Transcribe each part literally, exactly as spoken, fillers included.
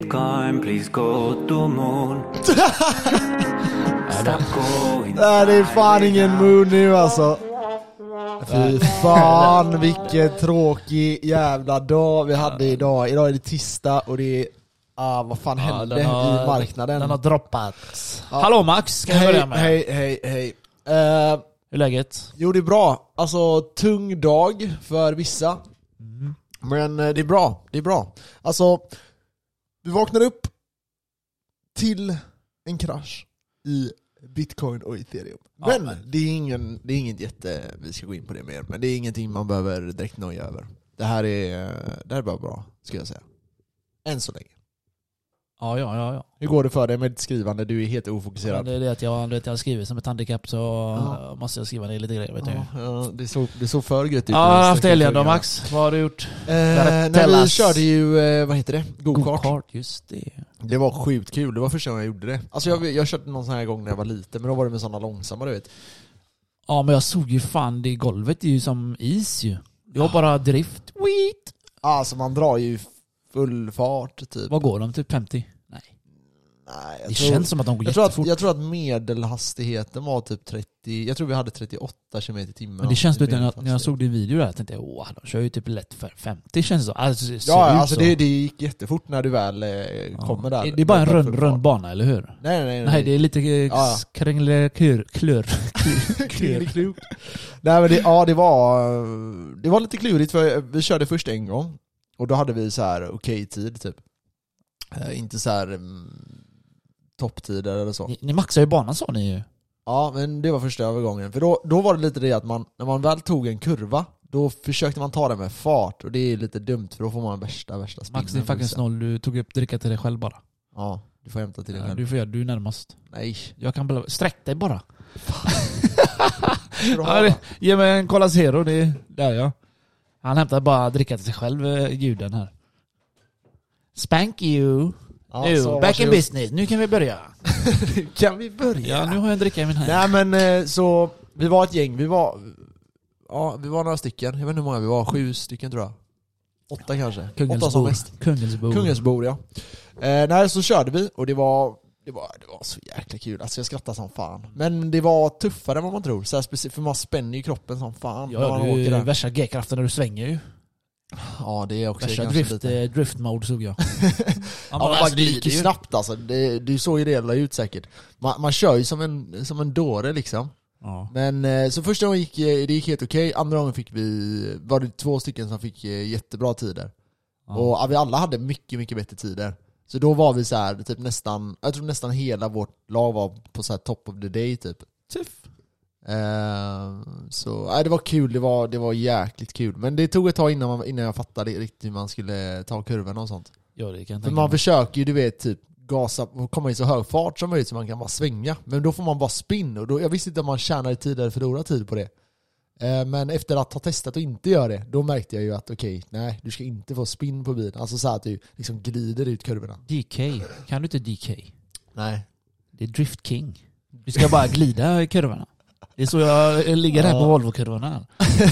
Bitcoin, please go to moon. Stop going. Nej, det är fan ingen moon nu alltså. Fy fan, vilken tråkig jävla dag vi hade idag. Idag är det tisdag och det är... Ah, vad fan Ja, hände den har- i marknaden? Den har droppat. Ja. Hallå Max, ska jag börja Hej, med? hej, hej, hej. Uh, Hur är läget? jo, det är bra. Alltså, tung dag för vissa. Mm. Men eh, det är bra, det är bra. Alltså, vi vaknar upp till en krasch i Bitcoin och Ethereum. Ja, Men, men- Det, är ingen, det är inget jätte, vi ska gå in på det mer, men det är ingenting man behöver direkt noja över. Det här är, det här är bara bra, ska jag säga. Än så länge. Ja, ja, ja, ja. Hur går det för dig med ditt skrivande? Du är helt Men ofokuserad. det är det att jag, du vet, jag har skrivit som ett handikapp, så Ja. måste jag skriva ner lite grejer, vet du. Ja, ja, det, såg, det såg för gött ut. Ja, jag har haft helgen då Max. Vad har du gjort? Eh, när Tell vi us. körde ju, eh, vad heter det? Go-kart. Go-kart, just det. Det var sjukt kul, det var första gången jag gjorde det. Alltså jag, jag körde någon sån här gång när jag var liten, men då var det med sådana långsamma, du vet. Ja, men jag såg ju fan, det golvet är ju som is ju. Det var bara drift. Wheat. Alltså man drar ju full fart typ. Vad går de? Typ femtio? Nej. Nej, jag Det tror, känns som att de går jag tror, jättefort. att, jag tror att medelhastigheten var typ trettio. Jag tror vi hade trettioåtta kilometer i timmen. Men det känns Det är lite när jag, när jag medelhastighet. såg din video där, jag tänkte åh, de kör ju typ lätt för femtio, känns det så. Alltså, det ser Ja, ut alltså så. det, det gick jättefort när du väl eh, kommer där. Det är bara en Med rund, full rund fart. bana, eller hur? Nej, nej, nej. Nej, det är lite Ja. ja. kringleklur. Klur. Klur. Nej men det, ja, det var det var lite klurigt för vi körde först en gång och då hade vi så här okej tid typ. Eh, inte så här mm, topptider eller så. Ni, ni maxar ju banan, sa ni ju. Ja, men det var första övergången. För då, då var det lite det att man, när man väl tog en kurva, då försökte man ta den med fart. Och det är lite dumt för då får man värsta, värsta spinnen. Max, det är faktiskt noll. Du tog upp dricka till dig själv bara. Ja, du får hämta till dig Ja, själv. du får göra, du är närmast. Nej. Jag kan bara, sträck dig bara. Ska du ha Ja, det, det? ge mig en Cola Zero, det är där ja. Han hämtar bara dricka till sig själv, eh, ljuden här. Spank you. Ja, nu, så, back varsågod. in business. Nu kan vi börja. Kan vi börja? Ja, nu har jag en dricka i min hand. Nej men eh, så, vi var ett gäng. Vi var, ja, vi var några stycken. Jag vet inte hur många vi var. Sju stycken tror jag. Åtta kanske. Åtta som Kungensbor. mest. Kungensbor. Kungensbor, ja. Eh, nej, så körde vi och det var, det var det var så jäkla kul. Alltså jag skrattade som fan. Men det var tuffare än vad man tror. Så här, speci- för man spänner ju kroppen som fan när Ja, man du åker är där. värsta G-kraften när du svänger ju. Ja, det är också Värsta ganska drift, lite. eh, drift mode såg jag. Ja, man bara glider ju snabbt alltså. Det, du såg ju det hela ut säkert. Man, man kör ju som en, som en dåre liksom. Ja. Men eh, så första gången gick eh, det gick helt okej. Andra gången fick vi, var det två stycken som fick eh, jättebra tider. Ja. Och ja, vi alla hade mycket, mycket bättre tider. Så då var vi så här, typ nästan, jag tror nästan hela vårt lag var på så här top of the day typ. Tuff. Eh, så ja, det var kul, det var, det var jäkligt kul. Men det tog ett tag innan, man, innan jag fattade riktigt hur man skulle ta kurvorna och sånt. Ja, det kan jag För tänka man mig. försöker ju, du vet, typ gasa och komma i så hög fart som möjligt så man kan bara svänga. Men då får man bara spinn och då, jag visste inte om man tjänar tid eller förlorar tid på det. Eh, men efter att ha testat och inte göra det, då märkte jag ju att okej, okay, nej, du ska inte få spinn på bilen. Alltså så att du liksom glider ut kurvorna. D K. Kan du inte D K? Nej. Det är Drift King. Du ska bara glida i kurvorna. Det är så jag ligger här Ja. på Volvo-kurvorna.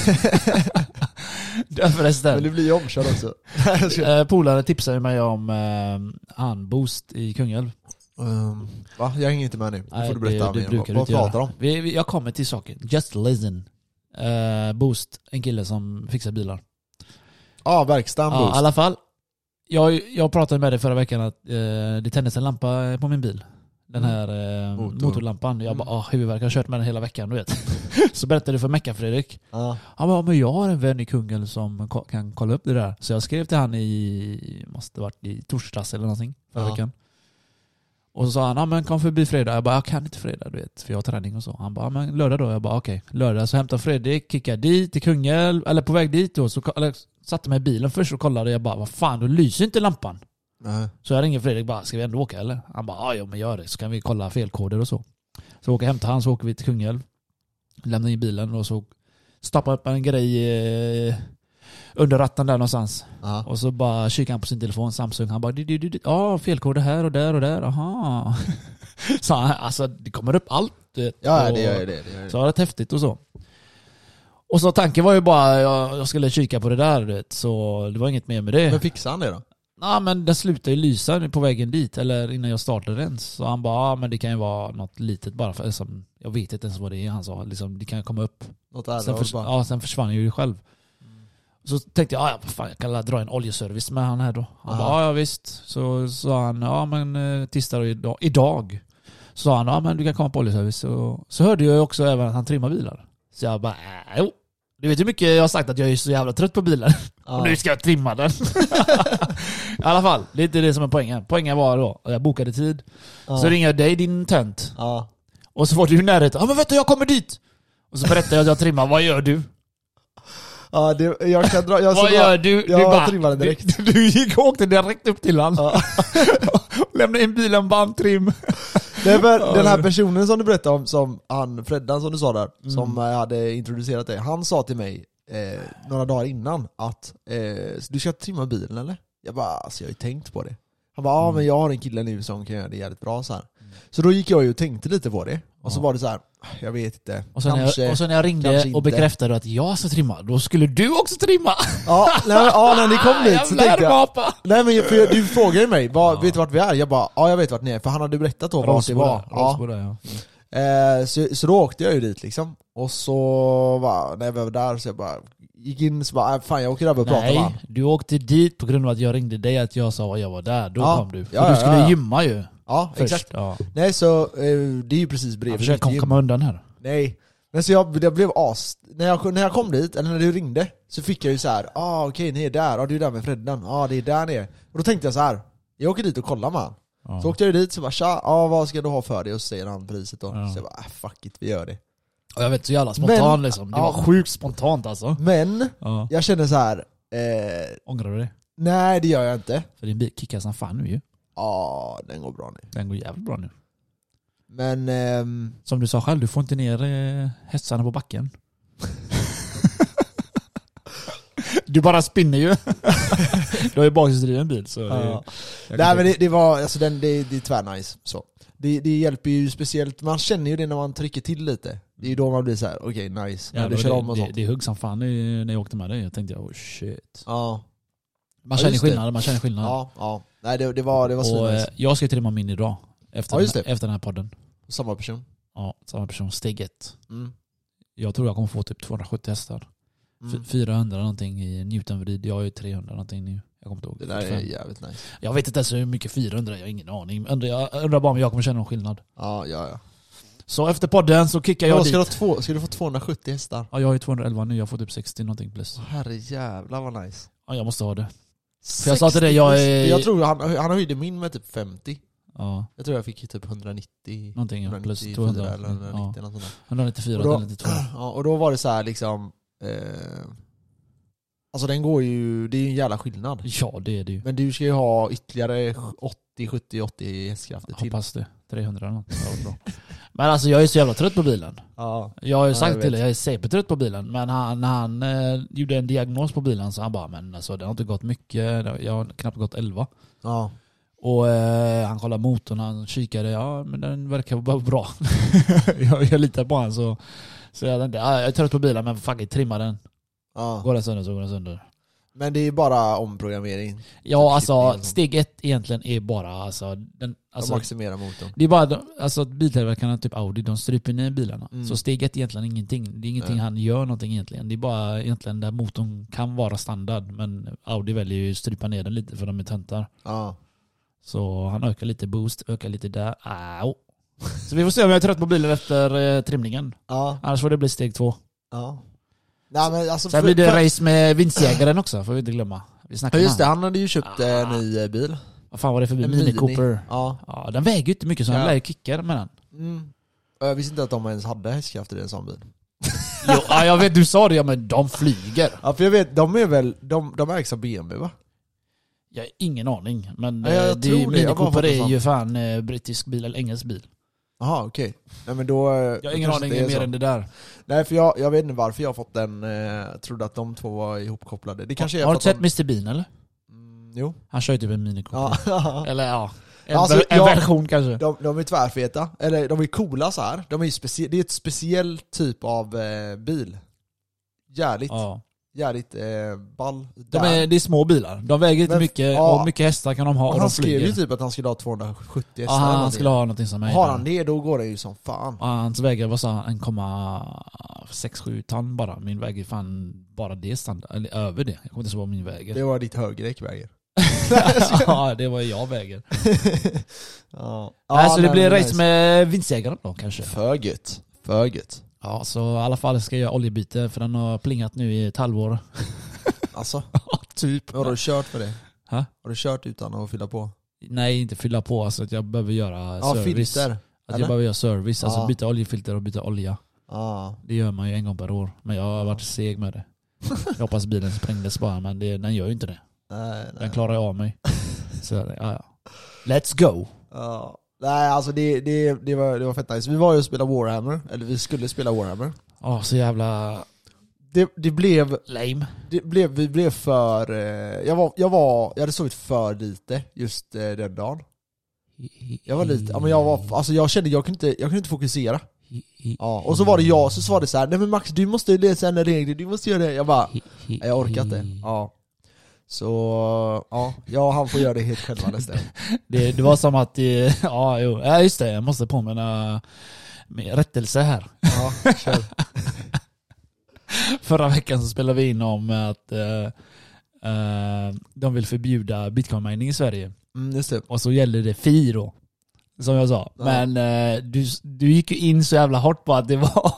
Därför Men resten. det blir ju omkörd också. Eh, polare tipsade mig om eh, han Boost i Kungälv. um, va? Jag hänger inte med nu. Nu får du berätta det, det mer. brukar Vad, du vad inte pratar göra. om? Vi, vi, jag kommer till saken. Just listen. Eh, Boost, en kille som fixar bilar. Ja, ah, verkstaden Ja, i Boost. alla fall. Jag, jag pratade med dig förra veckan att eh, det tändes en lampa på min bil. Den här eh, Motor. motorlampan. Jag bara, ah, huvudvärk, jag har kört med den hela veckan, du vet. Så berättade du för Mecka Fredrik. Ja. Han bara, men jag har en vän i Kungälv som ko- kan kolla upp det där. Så jag skrev till han i, måste varit i torsdags eller någonting förra Ja. veckan. Och så sa han, ja men kom förbi fredag. Jag bara, jag kan inte fredag, du vet, för jag har träning och så. Han bara, ja men lördag då. Jag bara, okej, okay. Lördag. Så hämtade Fredrik, kickade dit till Kungälv, eller på väg dit då. Så eller, satte mig i bilen först och kollade. Jag bara, vad fan, då lyser inte lampan. Nej. Så jag ringer Fredrik bara, ska vi ändå åka eller? Han bara, ja men gör det, så kan vi kolla felkoder och så. Så åker jag hämta han, så åker vi till Kungälv. Lämnar in bilen och så stoppar upp en grej eh, under ratten där någonstans. Ja. Och så bara kikar han på sin telefon, Samsung. Han bara, ja felkoder här och där och där, aha. Så han, alltså det kommer upp allt. Vet, Ja, och, det gör ju det. det, gör det. Så var det häftigt och så. Och så tanken var ju bara, jag, jag skulle kika på det där, vet, så det var inget mer med det. Men fixar han det då? Nej, men den slutade ju lysa på vägen dit, eller innan jag startade den. Så han bara, ja, men det kan ju vara något litet bara för som, jag vet inte ens vad det är han sa. Liksom, det kan komma upp. Något är Sen, förs- bara... ja, sen försvann jag ju själv. Så tänkte jag, ja, fan, jag kan dra en oljeservice med han här då. Han Aha. bara, ja, ja visst. Så sa han, ja men eh, tisdag idag, idag. Så sa han, ja men du kan komma på oljeservice. Så, så hörde jag också även att han trimmar bilar. Så jag bara, äh, jo. Du vet hur mycket jag har sagt att jag är så jävla trött på bilar. Ja. Och nu ska jag trimma den. I alla fall, det är inte det som är poängen. Poängen var då, jag bokade tid. Ja. Så ringer jag dig, din tönt. Ja. Och så var du i närheten. Ja men vet du, jag kommer dit. Och så berättar jag att jag trimmar, vad gör du? Ja, det, jag kan dra... Jag Vad gör du? Jag du bara, trimmade direkt. Du, du gick och åkte direkt upp till han. Ja. Lämnade in bilen, bandtrim. Det är för den här personen som du berättade om, som han, Freddan som du sa där, Mm. som eh, hade introducerat dig. Han sa till mig eh, några dagar innan att eh, du ska trimma bilen eller? Jag bara, alltså jag har ju tänkt på det. Han bara, ja Mm. men jag har en kille nu som kan göra det jävligt bra så här. Så då gick jag ju och tänkte lite på det. Och så Ja. var det så här, jag vet inte. Och sen, kanske, när jag, och sen när jag kanske ringde inte. och bekräftade att jag ska trimma, då skulle du också trimma. Ja, nej, ja, när ni kom dit så Jävla tänkte jag... rapa. Nej men för jag- du frågade ju mig, var, Ja. vet du vart vi är? Jag bara, ja jag vet vart ni är. För han hade berättat då vart det var. Ja. Rosbo där, ja. Eh, så, så då åkte jag ju dit liksom. Och så var, när jag var där så jag bara gick in så bara, äh, fan jag åker över och pratar med Nej, han. du åkte dit på grund av att jag ringde dig att jag sa att jag var där. Då Ja. kom du. För Ja, du ja, skulle ja. gymma ju. Ja, Först. exakt. Ja. Nej så, eh, det är ju precis Jag bredvid försöker mitt kom, gym. komma undan här. Nej. Men så jag, jag blev as... När jag, när jag kom dit, eller när du ringde, så fick jag ju så här, ah okej ni är där, ah du är där med Freddan, ah det är där ni är. Och då tänkte jag så här, jag åker dit och kollar med han. Ja. Så åkte jag dit så bara, tja, ah vad ska du ha för det? Och så säger han priset då. Ja. Så jag bara, äh, fuck it, vi gör det. Och jag vet, så jävla spontan Men- liksom. Det ja. var sjukt spontant alltså. Men, Ja. jag känner så här, eh, Ångrar du det? nej det gör jag inte. För din bil kickar som fan nu ju. Ja, den går bra nu. Den går jävligt bra nu. Men, ehm, Som du sa själv, du får inte ner eh, hästarna på backen. Du bara spinner ju. Du har ju bakhjulsdriven bil så... ja. Det, jag Nej kan men tänka- det, det var, alltså den, det, det är tvärnice så. Det, det hjälper ju speciellt, man känner ju det när man trycker till lite. Det är ju då man blir så här: okej okay, nice, när Jävlar, du kör det, om och det, sånt. det hugg som fan i- när jag åkte med dig. Jag tänkte, oh shit. Ja, Man Ja, känner just det. skillnad, man känner skillnad. ja, ja. Nej det, det var, det var och svinnice. eh, jag ska trimma min idag. Efter, Ja, just den, det. efter den här podden. Samma person. Ja, samma person. Steg ett. Mm. Jag tror jag kommer få typ tvåhundrasjuttio hästar. Mm. F- fyrahundra någonting i Newtonvrid. Jag är ju trehundra någonting nu. Jag kommer inte ihåg. Det där är fyrtiofem. jävligt nice. Jag vet inte ens hur mycket fyrahundra är, jag har ingen aning. Undrar, jag undrar bara om jag kommer känna någon skillnad. Ja, ja, ja. Så efter podden så kickar jag Ja, dit. ska, du ha två, ska du få tvåhundrasjuttio hästar? Ja, jag har ju tvåhundraelva nu, jag får typ sextio någonting plus. Herre jävlar vad nice. Ja, jag måste ha det. För jag sa till dig, jag plus. är- Jag tror han, han höjde min med typ femtio. Ja, Jag tror jag fick typ etthundranittio. någonting ja, plus etthundranittiofyra tvåhundra. eller etthundranittio Ja, eller något sånt där. etthundranittiofyra, Och då- etthundranittiotvå. Ja, och då var det så här liksom eh, alltså den går ju, det är ju en jävla skillnad. Ja, det är det ju. Men du ska ju ha ytterligare åttio, sjuttio, åttio hästkrafter till. Hoppas det. trehundra något. Ja, vad bra. Men alltså jag är så jävla trött på bilen. Ja. Jag har ju Ja, sagt jag till vet. dig, jag är säkertrött på bilen. Men han, när han eh, gjorde en diagnos på bilen så han bara, men alltså det har inte gått mycket. Jag har knappt gått elva. Ja. Och eh, han kollade motorn, han kikade, ja men den verkar vara bra. jag, jag litar på han så. Så jag tänkte, ja, jag är trött på bilen men fuck it, trimma den. Ja. Går den sönder så går den sönder. Men det är bara omprogrammering. Ja Typ alltså klippning och sånt. steg ett egentligen är bara alltså, den, Alltså, alltså maximera motorn. det är bara de- alltså att biltillverkarna typ Audi, de stryper ner bilarna. Mm. Så steg ett är egentligen ingenting. Det är ingenting Nej. han gör någonting egentligen. Det är bara egentligen där motorn kan vara standard. Men Audi väljer ju att strypa ner den lite för de är töntar. Ja. Så han ökar lite boost, ökar lite där. Au. Så vi får se om jag är trött på bilen efter eh, trimningen. Ja. Annars får det bli steg två. Ja. Nej men alltså Sen för- blir det för- race med vinstjägaren också, får vi inte glömma. Vi snackar Ja om just det, han. han hade ju köpt Ah. en ny eh, bil. Vad fan var det för bil? En Mini, Mini. Cooper. Ja. Ja, den väger ju inte mycket så han Ja. lär ju kicka med den. Mm. Jag visste inte att de ens hade hästkrafter i en sån bil. Jo, ja, jag vet, du sa det, ja, men de flyger. Ja för jag vet, de är väl, de, de ägs av B M W va? Jag har ingen aning. Men Ja, jag eh, det, tror det. Mini Jag har bara Cooper fått det är sånt. ju fan eh, brittisk bil eller engelsk bil. Jaha okej. Nej men då... Jag har ingen aning mer än det där. Nej för jag, jag vet inte varför jag har fått den, eh, jag trodde att de två var ihopkopplade. Det kanske är Har för du att sett de... mister Bean eller? Mm, jo. Han kör ju typ en Mini Cooper. Ja. Eller ja, en, Alltså, ver- en jag- version kanske. De, de är tvärfeta, eller de är coola så här. De är specie- det är ett speciell typ av eh, bil. Jävligt, Ja. jävligt eh, ball. De är, det är små bilar. De väger inte Men, mycket ja. och mycket hästar kan de ha. Och han de skrev flyger. ju typ att han skulle ha tvåhundrasjuttio hästar. Ja, eller han någonting. skulle ha någonting som mig. Har han det, då går det ju som fan. Ja, hans väger var så en komma sex sju ton bara. Min väger fan bara det standard. Eller över det. Jag kommer inte ihåg vad min väger. Det var ditt högräck väger. Ja, det var jag väger. Ja. Nej, så det nej, blir men race nice. med vinstjägaren då kanske. För gött. För gött. Ja, så i alla fall ska jag göra oljebyte för den har plingat nu i ett halvår. Alltså, Typ. har du kört för det? Ha? Har du kört utan att fylla på? Nej, inte fylla på. Alltså att jag behöver göra Ja, service. filter. Att eller? jag behöver göra service. Alltså Ja. byta oljefilter och byta olja. Ja. Det gör man ju en gång per år. Men jag har varit seg med det. Jag hoppas bilen sprängdes bara, men det, den gör ju inte det. Nej, nej. Den klarar jag av mig. Så ja, ja. Let's go! Ja. Nej, alltså det, det, det, var, det var fett nice. Vi var ju och spelade Warhammer. Eller vi skulle spela Warhammer. Ja, så jävla Det, det blev... lame. Det blev, vi blev för... Eh, jag, var, jag, var, jag hade sovit för lite just eh, den dagen. Jag var lite... Ja, men jag, var, alltså jag kände jag kunde inte, jag kunde inte fokusera. Ja, och så var det jag, så var det så här: nej men Max, du måste läsa en regler, du måste göra det. Jag bara, nej, jag orkar inte. Ja. Så, ja, ja, han får göra det helt själva nästan. Det, det var som att, det, ja, jo, ja just det, jag måste påminna med rättelse här. Ja, kör. Förra veckan så spelade vi in om att uh, uh, de vill förbjuda bitcoin mining i Sverige. Mm, just det. Och så gäller det F I då, som jag sa. Ja. Men uh, du, du gick ju in så jävla hårt på att det var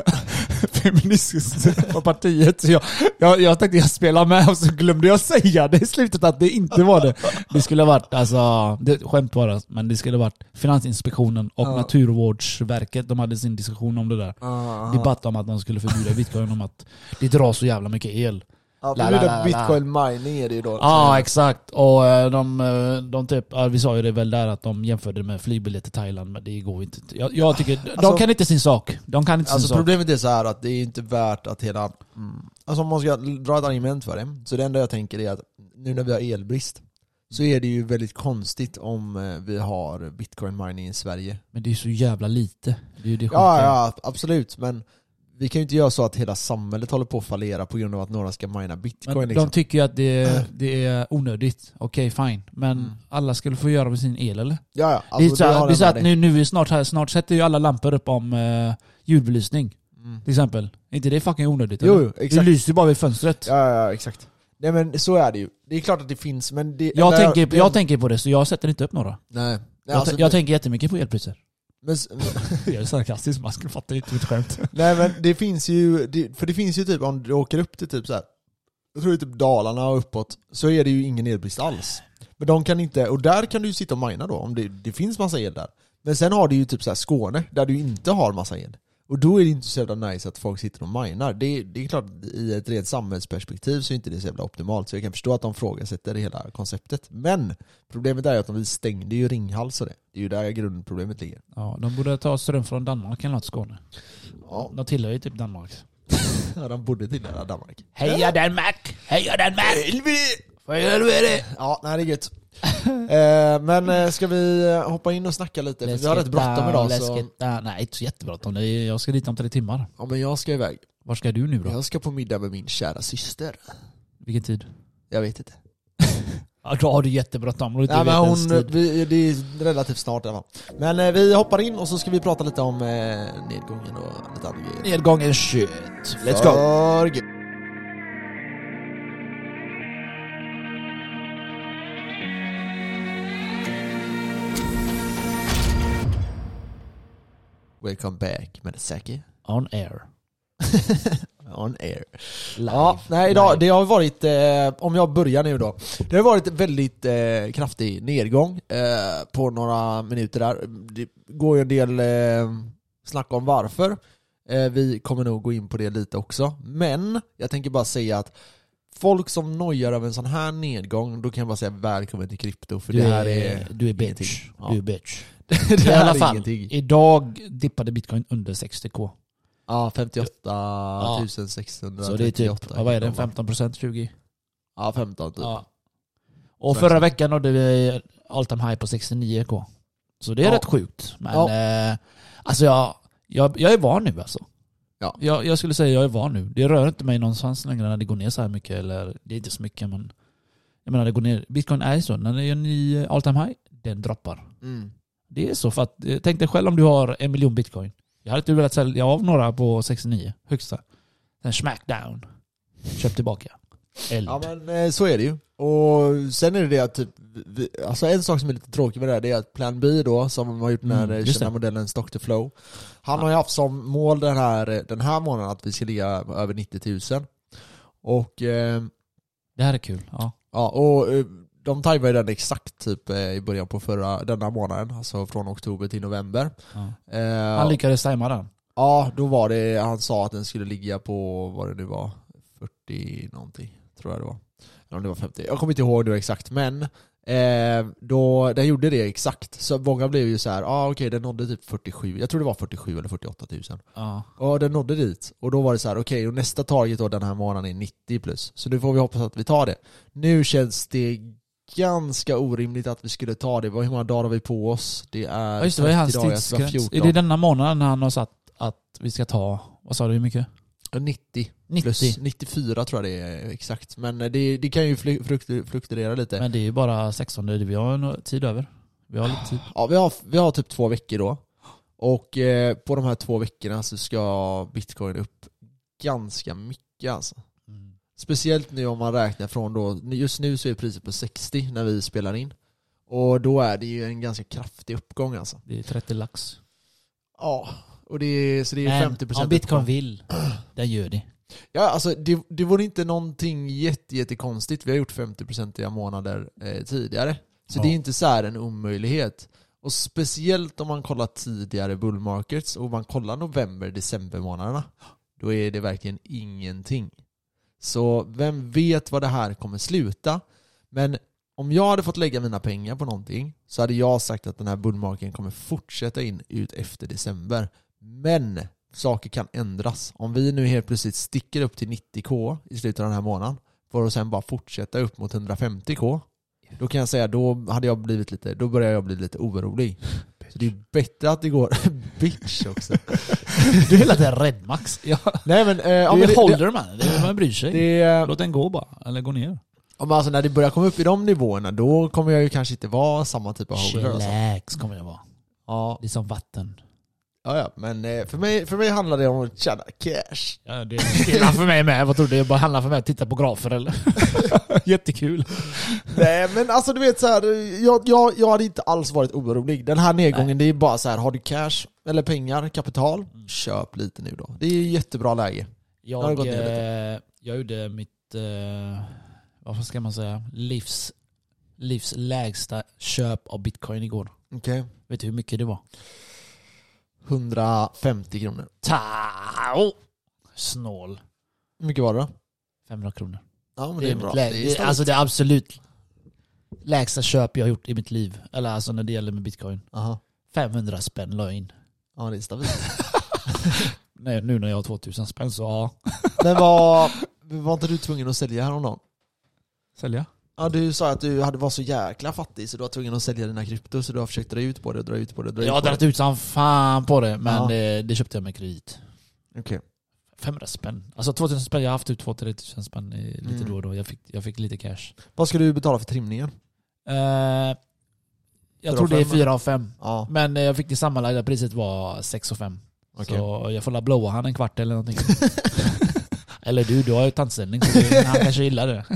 feministiska partiet. Så jag, jag, jag tänkte jag spelar med och så glömde jag säga det i slutet att det inte var det. Det skulle ha varit, alltså, det skämt bara, men det skulle ha varit Finansinspektionen och Ja. Naturvårdsverket. De hade sin diskussion om det där. Uh, Debatt om att de skulle förbjuda bitcoin, om att det drar så jävla mycket el. ja, La, för la, det la, la. bitcoin mining är det ju då. Ja, exakt. Och eh, de, eh, de typ, ja, vi sa ju det väl där att de jämförde med flygbiljett till Thailand, men det går inte. Jag, jag tycker, de Alltså- kan inte sin sak. De kan inte Alltså sin sak. problemet är så här att det är inte värt att hela... Mm, alltså om man ska dra ett argument för det, så det enda jag tänker är att nu när vi har elbrist så är det ju väldigt konstigt om eh, vi har bitcoin mining i Sverige. Men det är så jävla lite. Det är ju det sjuka. Ja, ja, absolut, men vi kan ju inte göra så att hela samhället håller på att fallera på grund av att några ska mina bitcoin. Men liksom. de tycker ju att det, det är onödigt. Okej, fine. Men Mm. alla skulle få göra med sin el, eller? Ja, ja, det är alltså, så, det här- har det är så jag att med nu, nu är snart här, snart sätter ju alla lampor upp om uh, ljudbelysning. dig. Mm. Till exempel. Är inte det fucking onödigt? Jo, eller? jo, Det exakt. lyser ju bara vid fönstret. Ja, ja, exakt. Nej men så är det ju. Det är klart att det finns, men det... Jag, eller- tänker, det, jag tänker på det, så jag sätter inte upp några. Nej. Nej, Jag, alltså, jag det- tänker jättemycket på elpriser. men, Jag är sarkastisk, man skulle fatta inte mitt skämt. nej men det finns ju, det, för det finns ju typ, om du åker upp till typ så här, jag tror det är typ Dalarna och uppåt, så är det ju ingen elbrist alls. Men de kan inte, och där kan du ju sitta och mina då, om det, det finns massa el där. Men sen har du ju typ så här Skåne, där du inte har massa el. Och då är det inte så jävla nice att folk sitter och minar. Det, det är klart, i ett rent samhällsperspektiv så är inte det så jävla optimalt. Så jag kan förstå att de frågasätter det hela konceptet. Men problemet är ju att de stängde ju Ringhals och det. Det är ju där grundproblemet ligger. Ja, de borde ta ström från Danmark eller något Skåne. Ja, De tillhör ju typ Danmark. ja de borde tillhöra Danmark. Heja Danmark! Heja Danmark! För helvete! Ja, nej det är gött. eh, men eh, ska vi hoppa in och snacka lite? För vi har rätt bråttom idag. Så... Nej, inte så jättebråttom. Det är- Jag ska dit om tre timmar. Ja, men jag ska iväg. Var ska du nu då? Jag ska på middag med min kära syster. Vilken tid? Jag vet inte. Ja, då har du jättebråttom. Och du inte Nej, vet men ens hon, tid. vi, det är relativt snart i alla fall. Men eh, vi hoppar in och så ska vi prata lite om eh, nedgången och lite andra grejer. Nedgången shit. Let's go! För gött. Welcome back med Saki. On air. On air. Live. Ja, nej idag, Live. det har varit, eh, om jag börjar nu då. Det har varit väldigt eh, kraftig nedgång eh, på några minuter där. Det går ju en del eh, snack om varför. Eh, vi kommer nog gå in på det lite också. Men jag tänker bara säga att folk som nojar över en sån här nedgång, då kan jag bara säga välkommen till krypto. För Du det här är, är, du är bitch. ingenting. Ja. Du är bitch. det I här alla är fall, ingenting. idag dippade bitcoin under sextio k. Ja, femtioåtta tusen sexhundratrettioåtta. Så det är typ, vad är det, femton procent, tjugo? Ja, femton typ. Ja. Och Så förra exakt. veckan nådde vi all time high på sextionio k. Så det är Ja. rätt sjukt. Men Ja. eh, alltså jag, jag, jag är van nu alltså. Ja. Jag, jag skulle säga jag är van nu. Det rör inte mig någonstans längre när det går ner så här mycket. Eller det är inte så mycket, men jag menar det går ner. Bitcoin är så. När det är en ny all time high, den droppar. Mm. Det är så för att, tänk dig själv om du har en miljon bitcoin. Jag hade inte velat sälja av några på sextionio, högsta. Sen smackdown. Köp tillbaka. Eld. Ja men eh, så är det ju. Och sen är det det att typ, vi, alltså en sak som är lite tråkig med det här, det är att Plan B då, som har gjort den här Mm, mm, just kända det. modellen Stock to Flow. Han har ju haft som mål den här, den här månaden att vi ska ligga över nittio tusen. Och eh, Det här är kul. Ja. ja, och eh, de tajmade den exakt typ eh, i början på förra, denna månaden, alltså från oktober till november. Ja. Eh, Han lyckades tajma den. Ja, då var det, han sa att den skulle ligga på, vad det nu var, fyrtio någonting, tror jag det var. Eller om det var femtio, jag kommer inte ihåg det exakt, men eh, då, den gjorde det exakt. Så många blev ju så här, ja ah, okej, okay, den nådde typ fyrtiosju, jag tror det var fyrtiosju eller fyrtioåtta tusen. Ja. Och den nådde dit, och då var det så här, okej, okay, och nästa target då den här månaden är nittio plus. Så nu får vi hoppas att vi tar det. Nu känns det ganska orimligt att vi skulle ta det. Hur många dagar har vi på oss? Det är Ja, just det, vad är hans trettio dagar, så vi har tidsgräns? fjorton. Är det denna månaden han har satt att vi ska ta, vad sa du, hur mycket? nittio nittio. plus nittiofyra tror jag det är exakt. Men det, det kan ju flu- fluktuera lite. Men det är ju bara sexton, vi har en tid över. Vi har lite tid. Ja, vi har, vi har typ två veckor då. Och eh, på de här två veckorna så ska Bitcoin upp ganska mycket alltså. Mm. Speciellt nu om man räknar från då, just nu så är priset på sextio när vi spelar in. Och då är det ju en ganska kraftig uppgång alltså. Det är trettio lax. Ja, och det är, så det är Men femtio procent om Bitcoin uppgång. vill, den gör det. Ja, alltså det, det var inte någonting jätte, jättekonstigt. Vi har gjort femtio procent månader eh, tidigare. Så Ja. det är inte så här en omöjlighet. Och speciellt om man kollar tidigare bull markets och man kollar november, december månaderna, då är det verkligen ingenting. Så vem vet vad det här kommer sluta. Men om jag hade fått lägga mina pengar på någonting så hade jag sagt att den här bullmarken kommer fortsätta in ut efter december. Men saker kan ändras. Om vi nu helt plötsligt sticker upp till nittio k i slutet av den här månaden för att sen bara fortsätta upp mot hundrafemtio k, då kan jag säga då hade jag blivit lite, då börjar jag bli lite orolig. Så det är bättre att det går bitch också. Du är hela tiden rädd, Max. Ja. Nej men, eh, ja, Du men är det, holder, man. Det är man bryr sig. det, Låt den gå bara. Eller gå ner. ja, men alltså när det börjar komma upp i de nivåerna, då kommer jag ju kanske inte vara samma typ av holder alltså. Chillax kommer jag vara. Ja, Det är som vatten. ja, ja, men eh, för mig, för mig handlar det om att tjäna cash. Ja, det är för mig med. Vad tror du? Det bara handlar för mig att titta på grafer eller? Jättekul. Nej men alltså du vet så här, jag, jag, jag hade inte alls varit orolig. Den här nedgången, Nej. det är bara så här, har du cash eller pengar, kapital, mm. köp lite nu då. Det är jättebra läge. Jag, har Jag, gått ner lite. eh, jag gjorde mitt, eh, vad ska man säga, livs, livs lägsta köp av bitcoin igår. Okej. Okay. Vet du hur mycket det var? hundrafemtio kronor. Tau! Snål. Hur mycket var det då? femhundra kronor. Ja, men Det det är, är bra. lä- Det är det är, stolt. alltså det är absolut lägsta köp jag har gjort i mitt liv. Eller alltså när det gäller med bitcoin. Aha. femhundra spänn la jag in. Ja, det är stabilt. Nej, nu när jag har tvåtusen spänn så ja. Men var, var inte du tvungen att sälja häromdagen? Sälja? Ja, du sa att du hade var så jäkla fattig så du var tvungen att sälja dina krypto, så du har försökt dra ut på det, dra ut på det, dra ut Jag har på dragit det. ut som fan på det, men Ja. det, det köpte jag med kredit. Okej. Okay. femhundra spänn. Alltså tvåtusen spänn, jag har haft ut två till tre tusen spänn i, lite Mm. då och då. Jag fick, jag fick lite cash. Vad ska du betala för trimningen? Uh, jag Fyra tror och det är fem, fyra och fem. Ja. Men eh, jag fick det sammanlagda priset var sex och fem. Okej. Så jag får la blåa han en kvart eller någonting. Eller du, du har ju tandställning så det, han kanske gillar det.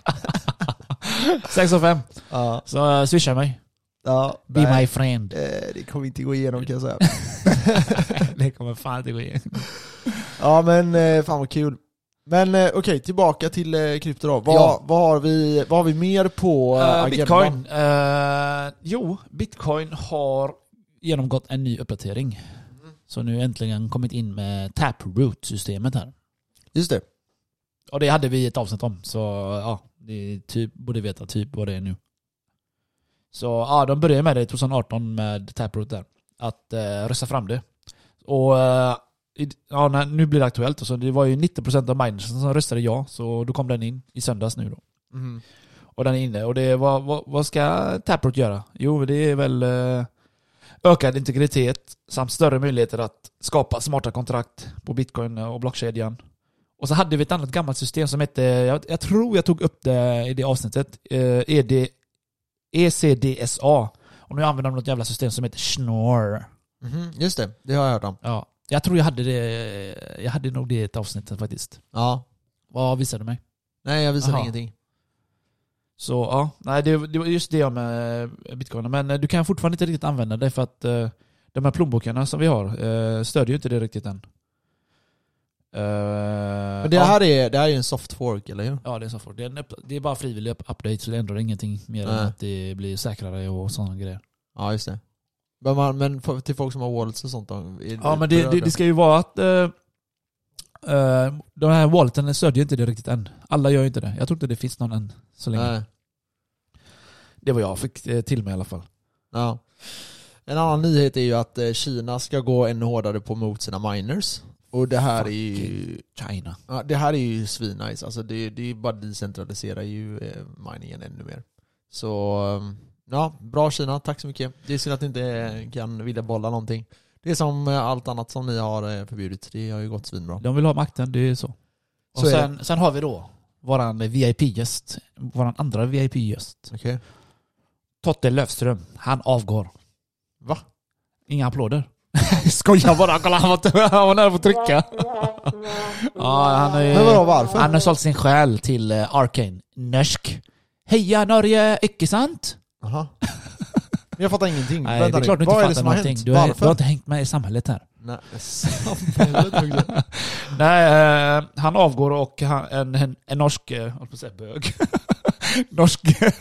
sex och fem. Ja. Så uh, swisha mig. Ja, Be nej. my friend. Eh, det kommer inte gå igenom kan jag säga. Det kommer fan inte gå igen. Ja men eh, fan vad kul. Men eh, okej, okay, tillbaka till eh, krypto då. Vad, Ja. vad, har vi, vad har vi mer på eh, Uh, agendan? Bitcoin. Uh, jo, Bitcoin har genomgått en ny uppdatering. Mm. Så nu äntligen kommit in med Taproot-systemet här. Just det. Och det hade vi ett avsnitt om. Så ja, det typ, borde veta typ vad det är nu. Så ja, de började med det tjugo arton med Taproot där. Att uh, rösta fram det. Och uh, i, ja, när, nu blir det aktuellt. Så det var ju nittio procent av miners som röstade ja. Så då kom den in i söndags nu då. Mm. Och den är inne. Och det, vad, vad, vad ska Taproot göra? Jo, det är väl uh, ökad integritet samt större möjligheter att skapa smarta kontrakt på Bitcoin och blockkedjan. Och så hade vi ett annat gammalt system som hette, jag, jag tror jag tog upp det i det avsnittet, eh, E D, E C D S A. Och nu använder de något jävla system som heter Schnorr. Mm-hmm, just det, det har jag hört om. Ja, jag tror jag hade det, jag hade nog det i ett avsnitt faktiskt. Ja. Vad visade du mig? Nej, jag visade Aha. ingenting. Så ja, nej, det, det var just det med Bitcoin. Men du kan fortfarande inte riktigt använda det för att uh, de här plånbokarna som vi har uh, stödjer ju inte det riktigt än. Uh, Men det här, ja. är, det här är ju en soft fork, eller hur? Ja, det är så fort. Det är, en upp, det är bara frivillig update, så det ändrar ingenting mer Nej. än att det blir säkrare och sådana grejer. Ja, just det. Men, man, men för, till folk som har wallets och sånt då? Är, Ja, men det, det, det ska ju vara att uh, uh, de här walleten stödjer inte det riktigt än. Alla gör ju inte det. Jag tror inte det finns någon än så länge. Nej. Det var jag fick eh, till mig i alla fall. Ja. En annan nyhet är ju att eh, Kina ska gå ännu hårdare på mot sina miners. Och det här är ju... China. Ja, det här är ju svinnice. Alltså det, det är bara decentraliserar ju eh, miningen ännu mer. Så um, ja, bra Kina, tack så mycket. Det är synd att ni inte kan vilja bolla någonting. Det är som eh, allt annat som ni har eh, förbjudit. Det har ju gått svinbra. De vill ha makten, det är så. Och Så är sen, sen har vi då våran V I P-gäst. Våran andra V I P-gäst. Okej. Totte Löfström. Han avgår. Va? Inga applåder. Skojar bara, kolla han var, han var nära på att trycka. Ja, han, är, Men vadå, varför? han har sålt sin själ till uh, Arcane. Norsk. Heja Norge, icke sant? Aha. Jag fattar ingenting. Nej, Vänta det är klart du nu. inte Vad är det fattar som har någonting. hänt? Du har, Varför? du har inte hängt med i samhället här. Nej, samhället högre. Nej, eh, han avgår och han, en, en, en norsk, eh, jag höll på att säga bög. norsk,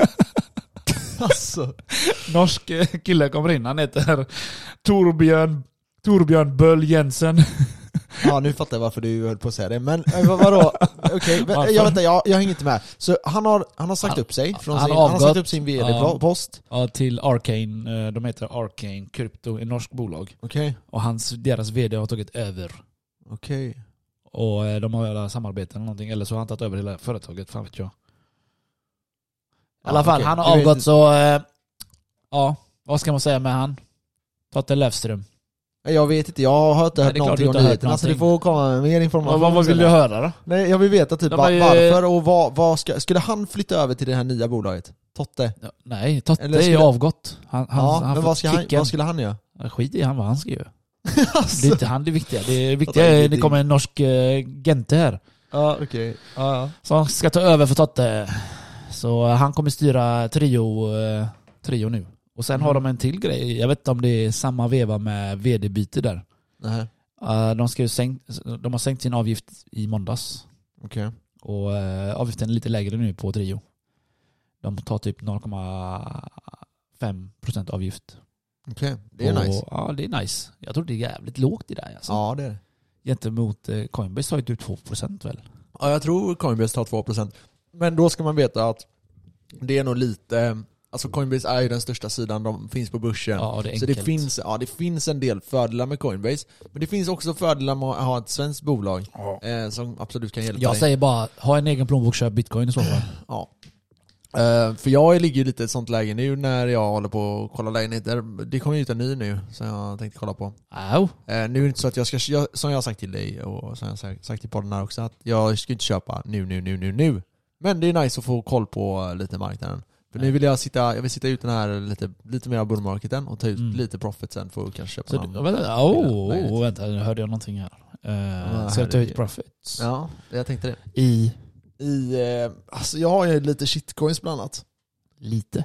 Alltså. norsk eh, kille kommer in. Han heter Torbjörn, Torbjörn Böll Jensen. Ja, nu fattar jag varför du höll på att säga det. Men äh, vad, vadå? Okej, okay, jag vet inte, jag, jag hänger inte med. Så han har, han har sagt Han- upp sig från han sin, har han har sagt avgått. upp sin V Ja. D-post. Ja, till Arcane, eh, de heter Arcane Crypto, ett norskt bolag. Okej, Och hans, deras vd har tagit över. okej. Och eh, de har alla samarbeten eller någonting. Eller så har han tagit över hela företaget, fan vet jag. I alla Ja, fall, okej. han Du har vet avgått inte- så... Eh, ja, vad ska man säga med han? Totte Löfström. Jag vet inte, jag har inte Nej, hört det är klart någonting du om inte har hört nyheterna. Så du någonting. får komma med mer information. Vad, vad vill du höra då? Nej, jag vill veta typ De va- har ju- varför och vad, vad ska, skulle han flytta över till det här nya bolaget? Totte? Ja, nej, Totte Eller är ju skulle- avgått. Han, han, Ja, han men fått vad, ska han, kicken. vad skulle han göra? Skit i han vad han ska göra. Alltså. Det är inte han det viktiga. Det viktiga Fattar är att det ingenting. kommer en norsk uh, gente här. Ja, okej. Ja, ja. Som ska ta över för Totte. Så uh, han kommer styra trio, uh, trio nu. Och sen Mm. har de en till grej. Jag vet inte om det är samma veva med vd-byte där. Nej, Uh, de, ska ju sänk, de har sänkt sin avgift i måndags. okej. Och uh, avgiften är lite lägre nu på trio. De tar typ noll komma fem procent avgift. Okej, det är och, nice. Ja, det är nice. Jag tror det är jävligt lågt i det här. Alltså. Ja, det är det. Gentemot eh, Coinbase har ju typ två procent väl? Ja, jag tror Coinbase tar två procent. Men då ska man veta att det är nog lite... Alltså Coinbase är ju den största sidan, de finns på börsen. Ja, det är så enkelt. det finns, ja, det finns en del fördelar med Coinbase. Men det finns också fördelar med att ha ett svenskt bolag Ja. eh, som absolut kan hjälpa Jag dig. säger bara, ha en egen plånbok, köp bitcoin i så fall. Ja. Eh, för jag ligger ju lite i ett sånt läge nu när jag håller på att kolla lägenheter. Det kommer ju ut en ny nu som jag tänkte kolla på. Au. Eh, nu är det inte så att jag ska, jag, som jag har sagt till dig och som jag har sagt, sagt till podden här också, att jag ska inte köpa nu, nu, nu, nu, nu. Men det är nice att få koll på lite marknaden. För nu vill jag sitta, jag vill sitta ut den här lite, lite mer av bullmarketen och ta ut Mm. lite profit sen för att kanske köpa Så, någon. du- vänta, Ja, oh, nej. oh, vänta, nu hörde jag någonting här. Uh, Ja, ska jag ta ut herregud. profits? Ja, jag tänkte det. I I, eh, alltså jag har ju lite shitcoins bland annat. lite.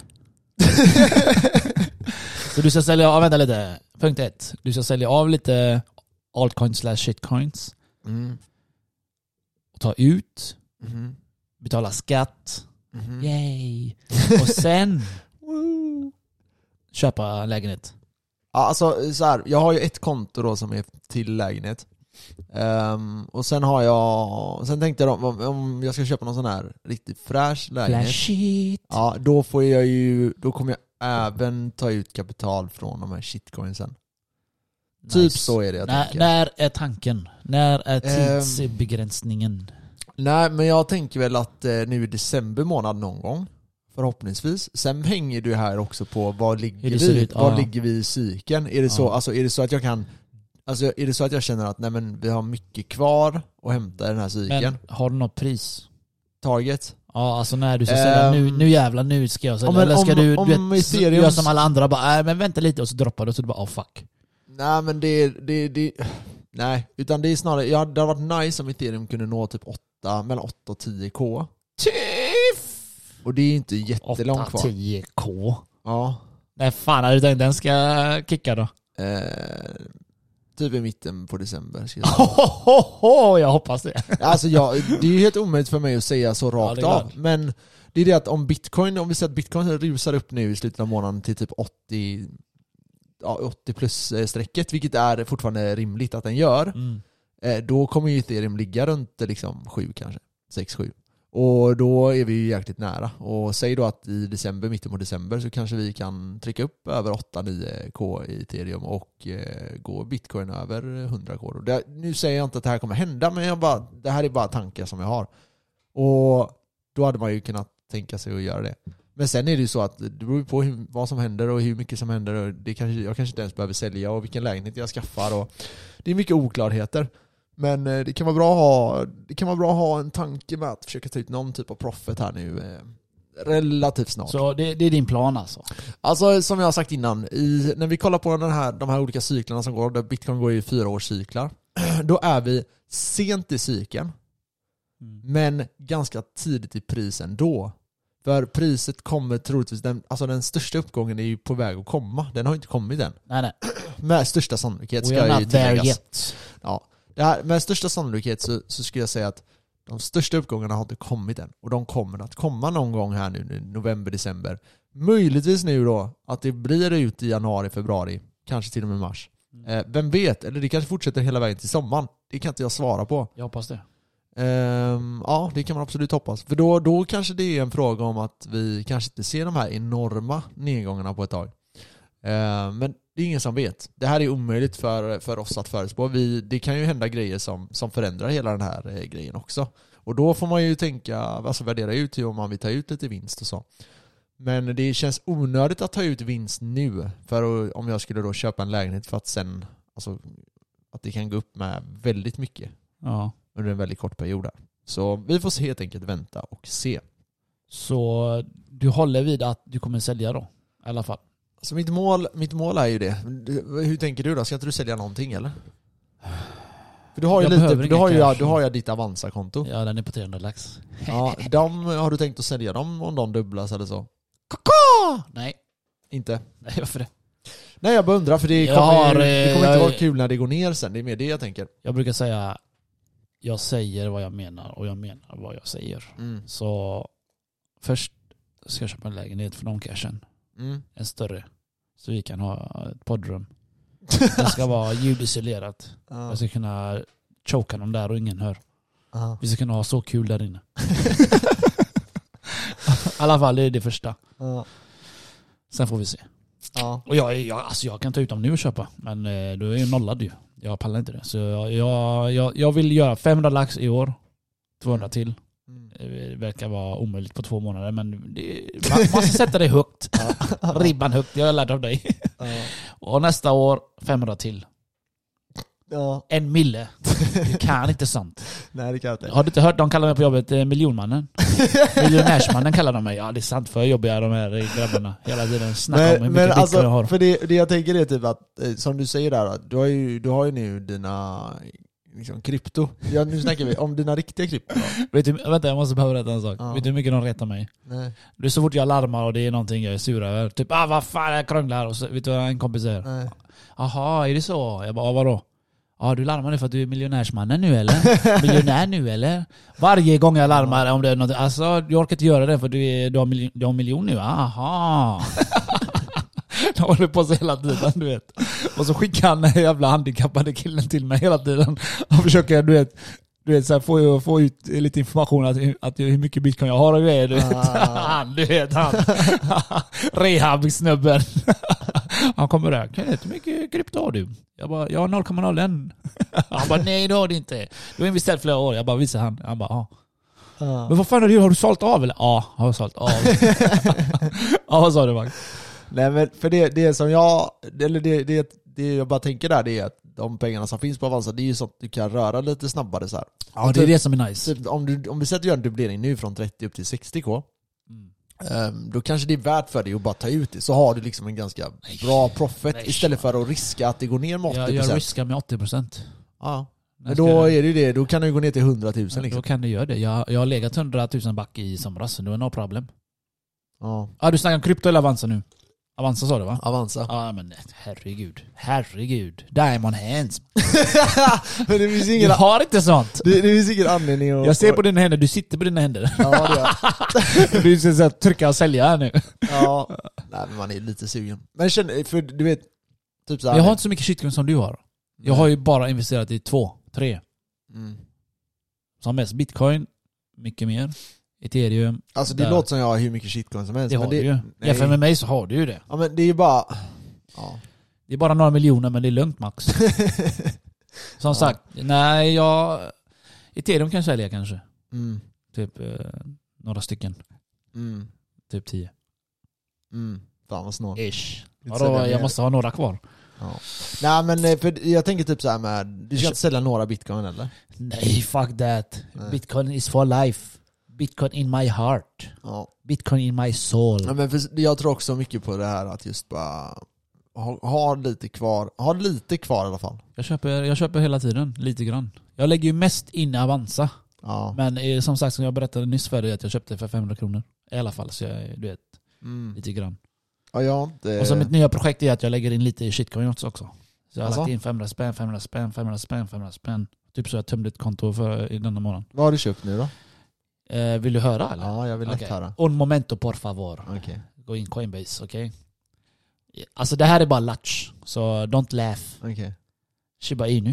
Så du ska sälja av, vänta lite. Punkt ett. Du ska sälja av lite altcoins slash shitcoins. Mm. Och ta ut, Mhm. betala skatt. Mhm. Yay. Och sen köpa lägenhet. Ja, alltså så här, jag har ju ett konto då som är till lägenhet. Ehm, och sen har jag, sen tänkte jag då, om, om jag ska köpa någon sån här riktigt fräsch lägenhet. Flashit. Ja, då får jag ju, då kommer jag även ta ut kapital från de här shitcoinsen. Typ Nice. så är det jag När, tänker. när är tanken? När är Ehm. tidsbegränsningen? Nej, men jag tänker väl att eh, nu i december månad någon gång. Förhoppningsvis. Sen hänger du här också på vad ligger det ser vi? ut, Vad ja. ligger vi i cykeln? Är det så Ja. alltså är det så att jag kan alltså är det så att jag känner att nej men vi har mycket kvar att hämta i den här cykeln? Men har du något pris? Target. Ja, alltså när du ska sälja, Ehm, nu, nu jävlar, nu ska jag sälja. ja, men Eller ska om- du, om du vet, Ethereum- göra som alla andra, bara nej men vänta lite och så droppar du och så du bara oh fuck. Nej men det det det nej, utan det är snarare ja, det har varit nice om Ethereum kunde nå typ åtta mellan åtta och tio K. Tiff! Och det är ju inte jättelångt åtta kvar. tio K. Ja. Nej fan, hade du tänkt den ska kicka då? Eh, typ i mitten på december ska jag säga. Hohoho, jag hoppas det. Alltså jag, det är ju helt omöjligt för mig att säga så Ja, rakt det är av. klart. Men det är det att om Bitcoin, om vi säger att Bitcoin rusar upp nu i slutet av månaden till typ åttio, ja, åttio plus strecket, vilket är fortfarande rimligt att den gör, Mm. eh, då kommer ju Ethereum ligga runt liksom sju kanske, sex sju. Och då är vi ju jäkligt nära. Och säg då att i december, mitten på december, så kanske vi kan trycka upp över åtta nio K i Ethereum och eh, gå Bitcoin över hundra K. Det, nu säger jag inte att det här kommer hända, men jag bara, det här är bara tankar som jag har. Och då hade man ju kunnat tänka sig att göra det. Men sen är det ju så att det beror på hur, vad som händer och hur mycket som händer. Och det kanske, jag kanske inte ens behöver sälja och vilken lägenhet jag skaffar. Och det är mycket oklarheter. Men eh, det kan vara bra att ha, det kan vara bra att ha en tanke med att försöka ta ut någon typ av profit här nu eh, relativt snart. Så det, det är din plan alltså? Alltså som jag har sagt innan, i, när vi kollar på den här, de här olika cyklarna som går, där Bitcoin går i fyra års cyklar, då är vi sent i cykeln, Mm. men ganska tidigt i prisen då. För priset kommer troligtvis, den, alltså den största uppgången är ju på väg att komma. Den har inte kommit än. Nej nej. Med största sannolikhet We ska are ju not there tilläggas. yet. Ja, det här, med största sannolikhet så, så skulle jag säga att de största uppgångarna har inte kommit än. Och de kommer att komma någon gång här nu i november, december. Möjligtvis nu då att det blir ut i januari, februari. Kanske till och med mars. Eh, vem vet? Eller det kanske fortsätter hela vägen till sommaren. Det kan inte jag svara på. Jag hoppas det. Ehm, ja, det kan man absolut hoppas. För då, då kanske det är en fråga om att vi kanske inte ser de här enorma nedgångarna på ett tag. Ehm, men det är ingen som vet. Det här är omöjligt för, för oss att förutspå. Vi, det kan ju hända grejer som, som förändrar hela den här eh, grejen också. Och då får man ju tänka, alltså värdera ut hur om man vill ta ut lite vinst och så. Men det känns onödigt att ta ut vinst nu. För att, om jag skulle då köpa en lägenhet för att sen, alltså, att det kan gå upp med väldigt mycket Ja. under en väldigt kort period där. Så vi får helt enkelt vänta och se. Så du håller vid att du kommer sälja då? I alla fall. Så mitt mål, mitt mål är ju det. Hur tänker du då? Ska inte du sälja någonting eller? För du har ju Jag lite, behöver du ingen har ju, cash. du har ju ditt Avanza-konto. Ja, den är på trehundra lax. Ja, de, har du tänkt att sälja dem om de dubblas eller så? Kaka! Nej. Inte? Nej, varför det? Nej, jag bara undrar för det Jag kommer, har, ju- det kommer eh, inte jag- vara kul när det går ner sen. Det är mer det jag tänker. Jag brukar säga jag säger vad jag menar och jag menar vad jag säger. Mm. Så först ska jag köpa en lägenhet för de cashen. Mm. En större. Så vi kan ha ett poddrum. Det ska vara ljudisolerat. Ja. Jag ska kunna choka dem där och ingen hör. Ja. Vi ska kunna ha så kul där inne. I alla fall, det är det första. Ja. Sen får vi se. Ja. Och jag, jag, alltså jag kan ta ut dem nu och köpa. Men eh, då är jag nollad ju. Jag pallar inte det. Så jag, jag, jag, jag vill göra femhundra lax i år. tvåhundra till. Mm. Det verkar vara omöjligt på två månader. Men det, man måste sätta det högt. Ribban högt. Jag har lärt av dig. Ja. Och nästa år femhundra till. Ja. En mille. Det kan inte sånt. Nej, det kan jag inte. Har du inte hört? De kallar mig på jobbet eh, miljonmannen. Miljonärsmannen kallar de mig. Ja, det är sant. För jobbiga de här grabbarna. Hela tiden snackar om hur Men, mycket men bitcoin alltså, jag har. för det, det jag tänker är typ att, eh, som du säger där, att du har ju, du har ju nu dina liksom, krypto. Ja, nu snackar vi om dina riktiga krypto. Vet du, vänta, jag måste bara berätta en sak. Ja. Vet du hur mycket de retar mig? Nej. Det är så fort jag larmar och det är någonting jag är sur över. Typ, ah vad fan jag krånglar. Och så, vet du vad en kompis säger? Nej. Jaha, är det så? Jag bara, ah, vadå? Ja, ah, du larmar nu för att du är miljonärsmannen nu eller? Miljonär nu eller? Varje gång jag larmar om det är något. Alltså, jag orkar inte göra det för du, är, du, har, miljon, du har en miljon nu. Aha. De håller på så hela tiden, du vet. Och så skickar han den jävla handikappade killen till mig hela tiden. Och försöker, du vet, du vet så här, få, få ut lite information att, att hur mycket bitcoin jag har och grejer. Du vet, Ah. han, du vet han. Rehab-snubben. Han kommer där. Hur mycket krypto har du? Jag bara, jag har noll komma noll ett. Han bara, nej det har du inte. Du har investerat flera år. Jag bara, visar han. Han bara, ja. Ja. Men vad fan har du, har du sålt av eller? Ja, har jag sålt av. Ja, vad sa du Max? Nej men för det, det som jag, eller det, det, det jag bara tänker där, det är att de pengarna som finns på Avanza, det är ju så att du kan röra lite snabbare så här. Ja, det är det som är nice. Typ, om, du, om vi sätter gör en dubblering nu från trettio upp till sextio k, Mm. um, då kanske det är värt för dig att bara ta ut det, så har du liksom en ganska Nej. bra profit Nej. istället för att riska att det går ner med åttio Jag, procent. jag riskar med åttio procent. Ja. Men då är det ju det, då kan du gå ner till hundra tusen liksom. Då kan du göra det. Jag, jag har legat hundra tusen back i somras, så det var no problem. Ja. Ja, du snackar om krypto eller Avanza nu? Avanza sa du va? Avanza. Ja men herregud. Herregud. Diamond hands. Men det finns Du ingen, har inte sånt. det, det finns ingen anledning att... Jag ser på dina händer, du sitter på dina händer. Ja, det gör. Du ska så här, trycka och sälja här nu. Ja. Nej, men man är lite sugen. Men känn, för du vet, typ så här. Jag har inte så mycket shitcoin som du har. Jag har ju bara investerat i två, tre. Mm. Som mest bitcoin, mycket mer. Ethereum. Alltså det Där. låter som jag har hur mycket shitcoin som helst. Det men har det, du ju. nej. Jämfört med mig så har du ju det. Ja men det är ju bara... Ja. Det är bara några miljoner men det är lugnt Max. Som Ja. sagt, nej jag... Ethereum kan jag sälja kanske. Mm. Typ eh, några stycken. Mm. Typ tio. Mm. Fan vad snålt. Ish. Inte Vadå, sälja jag mer. måste ha några kvar. Ja. Nej men eh, för jag tänker typ så här med, du ska inte sälja några bitcoin eller? Nej, fuck that. Nej. Bitcoin is for life. Bitcoin in my heart. Ja. Bitcoin in my soul. Ja, men för jag tror också mycket på det här att just bara ha, ha lite kvar, ha lite kvar i alla fall. Jag köper, jag köper hela tiden, lite grann. Jag lägger ju mest in i Avanza. Ja. Men eh, som sagt, som jag berättade nyss för dig, att jag köpte för femhundra kronor. I alla fall, så jag, du vet, Mm. lite grann. Ja, jag har inte... Och så mitt nya projekt är att jag lägger in lite i shitcoin också. Så jag har Alltså? lagt in femhundra spänn, femhundra spänn, femhundra spänn, femhundra spänn. Typ så jag tömde ett konto för i denna månaden. Vad har du köpt nu då? Eh, vill du höra eller? Ja, jag vill Okej. lätt höra. Un momento por favor. Okej. Gå in Coinbase, okej? Alltså det här är bara latch. Så don't laugh. Okej. Shiba Inu.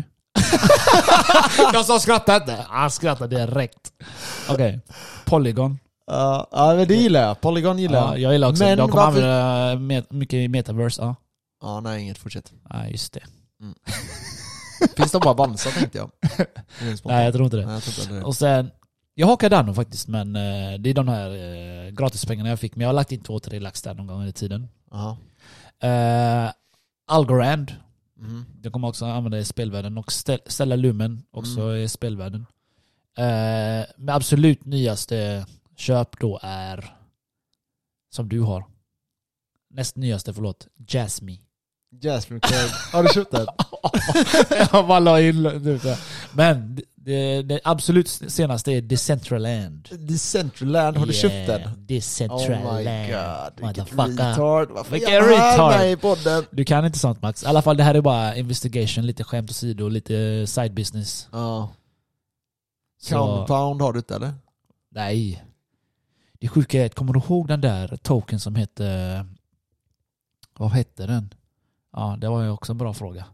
Jag sa skratta inte. Han skrattade direkt. Okej. Polygon. Ja, ja, men det gillar jag. Polygon gillar Ja, jag. jag gillar också. Men De kommer varför- använda met- mycket i metaverse. Ja, Ja, nej, inget, fortsätt. ja just det. Finns de bara Avanza tänkte jag. Nej, jag tror inte det. Nej, jag tror inte det. Och sen, jag har Cardano faktiskt, men eh, det är de här eh, gratispengarna jag fick. Men jag har lagt in två, tre lax där någon gång i tiden. Aha. Eh, Algorand, Mhm. jag kommer också använda i spelvärlden. Och Stel- Stellar Lumen, också Mm. i spelvärlden. Eh, men absolut nyaste köp då är, som du har. Näst nyaste, förlåt, Jasmine. Jasmine Craig. Har du köpt den? Jag bara la in nu så här. Men det, det absolut senaste är Decentraland. Decentraland, har du köpt den? Decentraland. Oh my god, vilket Motherfucker. retard. Varför Vilken är jag här retard. med i podden? Du kan inte sånt Max. I alla fall det här är bara investigation, lite skämt åsido, lite side business. Ja. Så, Compound har du inte eller? nej. Det sjuka är att, kommer du ihåg den där token som hette, vad hette den? Ja, det var ju också en bra fråga.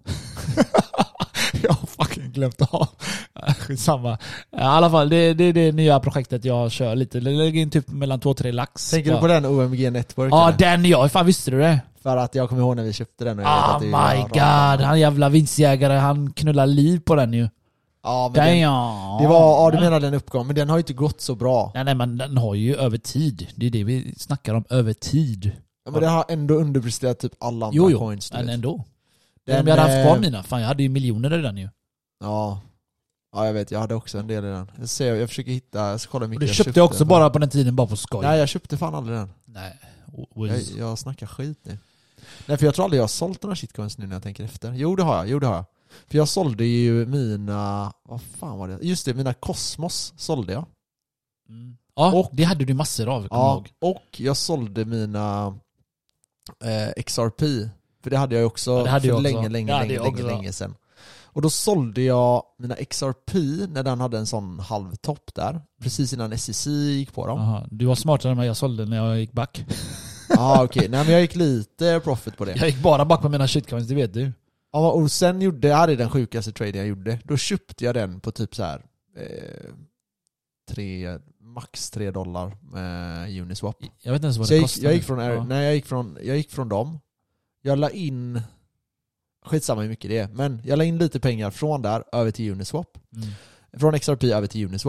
Jag har fucking glömt av. Skitsamma. I alla fall, det är det, det nya projektet jag kör lite. Jag lägger in typ mellan två, tre lax. Tänker du på den O M G Network? Ja, eller? den ja. Hur fan visste du det? För att jag kommer ihåg när vi köpte den. Och jag vet Oh att det my är god. Han jävla vinstjägare, han knullar liv på den ju. Ja, men den, Damn. det var, ja, du menar den uppgång, men den har ju inte gått så bra. Nej, nej, men den har ju över tid. Det är det vi snackar om, över tid. Ja, men den har ändå underpresterat typ alla andra Jo, jo. coins. du Men vet. ändå. Den, Om jag hade haft kvar eh, mina, fan jag hade ju miljoner i den ju. Ja. Ja, jag vet. Jag hade också en del i den. Jag, ser, jag försöker hitta, jag ska kolla hur Och mycket det jag köpte jag också för. bara på den tiden, bara på skoj. Nej, jag köpte fan aldrig den. Nej. Jag, Was... jag snackar skit nu. Nej, för jag tror aldrig jag har sålt några shitcoins nu när jag tänker efter. Jo, det har jag. Jo, det har jag. För jag sålde ju mina... Vad fan var det? Just det, mina Cosmos sålde jag. Mm. Ja, Och- det hade du massor av, kommer Ja, jag ihåg. och jag sålde mina eh, X R P. För det hade jag ju också Ja, det hade för jag också. länge, länge, Det hade länge, jag länge, också. länge sedan. Och då sålde jag mina X R P när den hade en sån halvtopp där. Precis innan S E C gick på dem. Aha, du var smartare än mig, jag sålde när jag gick back. Ja, ah, okej. Nej, men jag gick lite profit på det. Jag gick bara back på mina shitcoins, det vet du. Ja, och sen gjorde jag, hade den sjukaste traden jag gjorde. Då köpte jag den på typ så här eh, tre, max tre dollar med Uniswap. Jag vet inte ens vad Så det jag gick, kostar. jag gick från, Air, Ja. nej, jag gick från, jag gick från dem. Jag la in, skitsamma hur mycket det är, men jag la in lite pengar från där över till Uniswap. Mm. Från X R P över till Uniswap.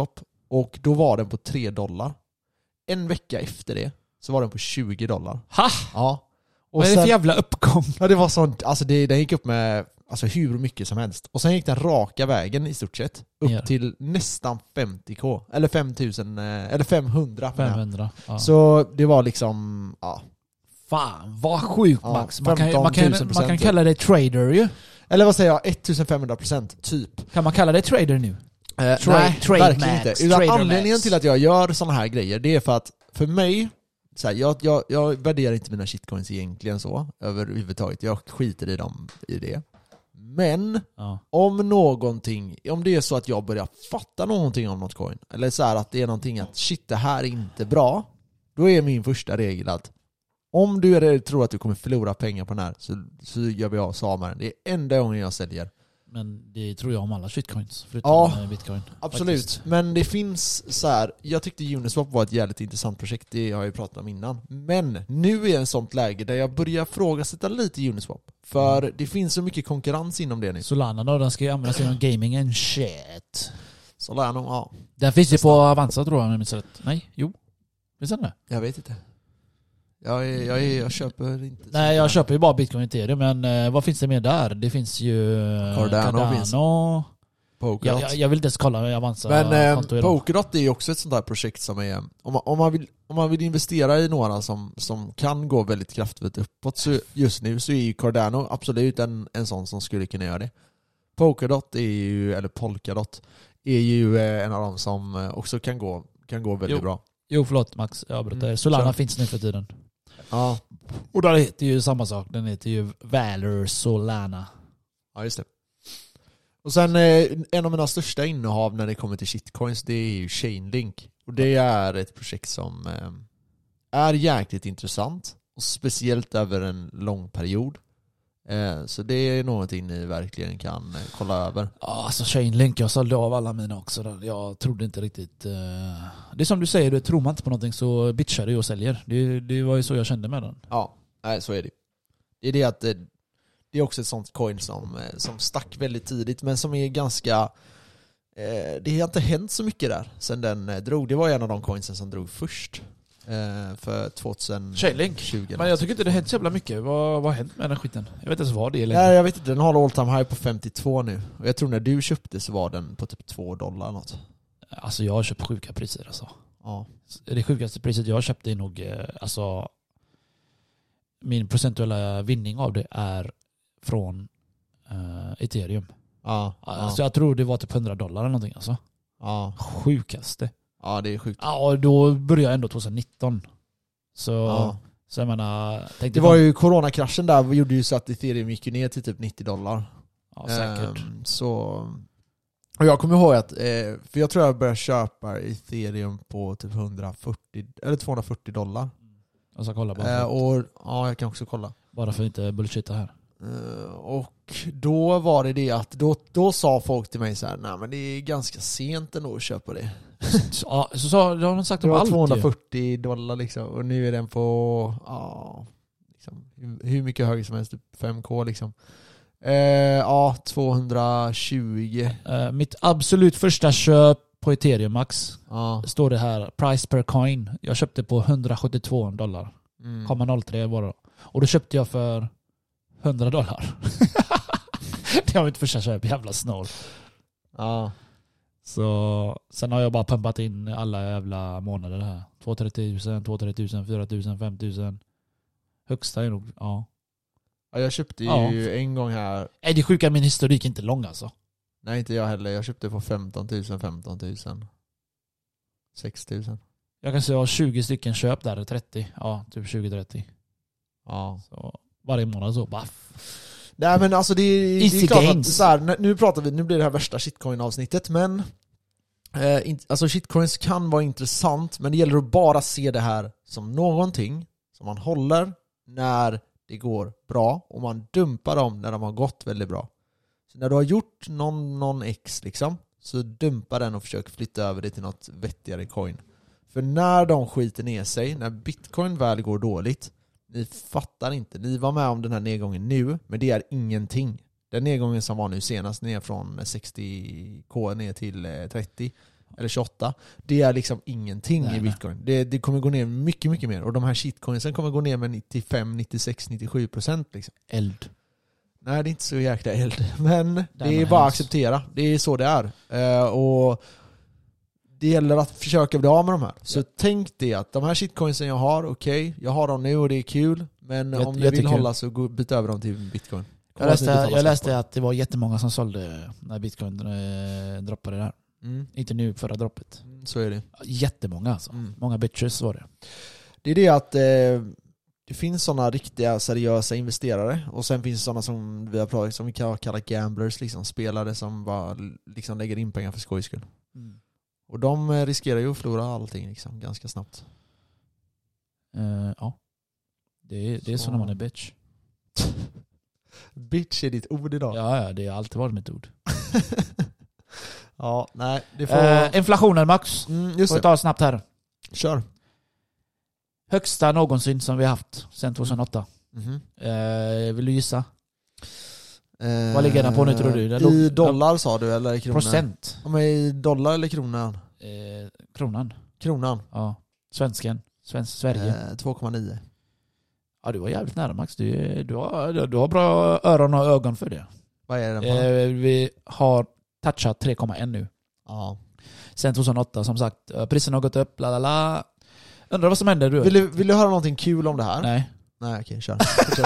Och då var den på tre dollar. En vecka efter det så var den på tjugo dollar. Ha! Ja. Och Vad är det sen, för jävla uppgång? ja, det var sånt, alltså det, den gick upp med alltså hur mycket som helst. Och sen gick den raka vägen i stort sett. Upp Ja. till nästan femtio k. Eller fem tusen, eh, eller femhundra. femhundra. Ja. Så det var liksom, ja. Fan, vad sjukt Ja, Max. Man kan, man, femton kan, tusen man kan procent. kalla det trader ju. Eller vad säger jag? femtonhundra procent typ. Kan man kalla det trader nu? Eh, Tra- nej, trade verkligen max, inte. Utan trader anledningen max. till att jag gör såna här grejer, det är för att för mig, så här, jag, jag, jag värderar inte mina shitcoins egentligen så, överhuvudtaget. Jag skiter i dem i det. Men Ja. om någonting, om det är så att jag börjar fatta någonting om något coin, eller så här att det är någonting att shit, det här är inte bra, då är min första regel att om du är, tror att du kommer förlora pengar på den här, så, så gör vi av så med den. Det är enda gången jag säljer. Men det tror jag om alla shitcoins. Förutom Ja, ja, bitcoin. Absolut, Faktiskt. men det finns så här. Jag tyckte Uniswap var ett jävligt intressant projekt, det har jag ju pratat om innan. Men nu är det ett sånt läge där jag börjar frågasätta lite Uniswap. För det finns så mycket konkurrens inom det nu. Solana då, den ska ju användas inom gaming and shit. Solana, ja. Den finns ju på Avanza tror jag, om jag minns rätt. Nej, jo. Finns den det? Jag vet inte. Jag, är, jag, är, jag köper inte. Nej, jag köper ju bara bitcoin och ethereum, men eh, vad finns det mer där? Det finns ju eh, Cardano Cardano. finns. Polkadot. Jag, jag, jag vill inte ens kolla med Avanza Men konto eh, idag. Polkadot är ju också ett sånt där projekt som är, om man, om man, vill, om man vill investera i några som, som kan gå väldigt kraftfullt uppåt, så just nu så är ju Cardano absolut en, en sån som skulle kunna göra det. Polkadot är ju, eller Polkadot är ju eh, en av dem som eh, också kan gå, kan gå väldigt Jo. bra. Jo, förlåt Max, jag avbröt Mm, dig. Solana kör. finns nu för tiden. Ja, Och den heter ju samma sak. Den heter ju Valor Solana. ja just det. Och sen eh, en av mina största innehav när det kommer till shitcoins, det är ju Chainlink. Och det är ett projekt som eh, är jäkligt intressant. Och speciellt över en lång period. Eh, så det är någonting ni verkligen kan eh, kolla över. Ja, alltså Chainlink, jag sålde av alla mina också. Jag trodde inte riktigt... Uh... Det är som du säger, du tror man inte på någonting så bitchar du och säljer. Det, det var ju så jag kände med den. Ja, nej, så är det. Det är det att eh, det är också ett sånt coin som, eh, som stack väldigt tidigt, men som är ganska... Eh, det har inte hänt så mycket där sen den eh, drog. Det var en av de coinsen som drog först. Eh, för tjugo Chainlink? tjugo. Men jag tycker inte det hänt så jävla mycket. Vad, vad har hänt med den skiten? Jag vet inte ens vad det är längre. Nej, jag vet inte, den har all time high på femtiotvå nu. Och jag tror när du köpte så var den på typ två dollar eller något. Alltså jag har köpt sjuka priser alltså. Ja. Det sjukaste priset jag har köpt är nog... eh, Alltså... Min procentuella vinning av det är från uh, ethereum. Ja, Alltså ja, jag tror det var typ hundra dollar eller någonting alltså. ja. Sjukaste. Ja, det är sjukt. Ja, och då började jag ändå tjugonitton. Så, Ja. så jag menar... Tänkte Det var ju coronakraschen där, gjorde ju så att ethereum gick ner till typ nittio dollar. Ja, säkert. Ehm, så... Och jag kommer ihåg att, eh, för jag tror jag började köpa ethereum på typ hundrafyrtio eller tvåhundrafyrtio dollar. Jag ska kolla bara. Eh, och ja, jag kan också kolla. Bara för att inte bullshitta här. Eh, och då var det det att, då, då sa folk till mig så här: nej men det är ganska sent ändå att köpa det. Så, ja, så, så det har de sagt Det om var allt ju. tvåhundrafyrtio dollar liksom, och nu är den på, ja, liksom, hur- hur mycket högre som helst, typ fem K liksom. Eh, ja, tvåhundratjugo. Eh, mitt absolut första köp på ethereum Max Ja. står det här, price per coin. Jag köpte på hundrasjuttiotvå dollar. Mm. komma noll tre var det. Och då köpte jag för hundra dollar. Det var mitt första köp, jävla snål. Ja. Så sen har jag bara pumpat in alla jävla månader här. två hundra trettio tusen, två hundra trettio tusen, fyra tusen, fem tusen. Högsta är nog, ja. Ja, jag köpte ju Ja. en gång här. Nej, det sjuka, min historik är inte lång alltså. Nej, inte jag heller. Jag köpte på femton tusen, femton tusen. sex tusen. Jag kan säga att jag har tjugo stycken köp där, trettio. Ja, typ tjugo trettio. Ja. Så varje månad så, baff. Nej men alltså det, det Easy är klart att gains. så här, nu pratar vi, nu blir det här värsta shitcoin-avsnittet, men eh, in, alltså shitcoins kan vara intressant, men det gäller att bara se det här som någonting som man håller när det går bra, och man dumpar dem när de har gått väldigt bra. Så när du har gjort någon, någon X liksom, så dumpa den och försök flytta över det till något vettigare coin. För när de skiter ner sig, när bitcoin väl går dåligt, ni fattar inte. Ni var med om den här nedgången nu, men det är ingenting. Den nedgången som var nu senast, ner från sextio K ner till trettio, eller tjugoåtta. Det är liksom ingenting nej, i bitcoin. Det, det kommer gå ner mycket, mycket mer. Och de här shitcoinsen kommer gå ner med nittiofem, nittiosex, nittiosju procent liksom. Eld. Nej, det är inte så jäkla eld. Men det är man bara att hemskt. acceptera. Det är så det är. Uh, och det gäller att försöka bli av med de här. Så Ja. tänk det att de här shitcoinsen jag har, okej, okay, jag har dem nu och det är kul. Men Jätte- om du vill jättekul. hålla så gå, byt över dem till bitcoin. Jag läste, jag läste att det var jättemånga som sålde när bitcoin eh, droppade där. Mm. Inte nu, förra droppet. Mm, så är det. Jättemånga alltså. Mm. Många bitches var det. Det är det att eh, det finns sådana riktiga seriösa investerare och sen finns det sådana som vi har pratat som vi kan kalla gamblers, liksom spelare som bara liksom lägger in pengar för skojs skull. Mm. Och de eh, riskerar ju att förlora allting liksom, ganska snabbt. Eh, ja. Det är, det är så Så. när man är bitch. Bitch är ditt ord idag. Ja, Ja, ja, det har alltid varit mitt ord. ja nej, det får... Eh, inflationen, Max. mm, just Får vi det. ta snabbt här. Kör. Högsta någonsin som vi har haft sedan tjugohundraåtta. Mhm. Eh, vill du gissa? Eh, Vad ligger den på nu, tror du? Den I låg- dollar sa du eller i kronor? Procent. Ja, men i dollar eller kronan? Eh, kronan. Kronan. Ja. Svensken. Svensk Sverige. Eh, två komma nio. Ja, du var jävligt nära, Max. Du, är- du, har, du har bra öron och ögon för det. Vad är den på? Eh, vi har touchat tre komma ett nu. Ja. Sen tjugohundraåtta, som sagt. eh, Priserna har gått upp, la la la. Undrar vad som händer, du? Vill, du, vill du höra någonting kul om det här? Nej. Nej, okej, kör. Fortsätt.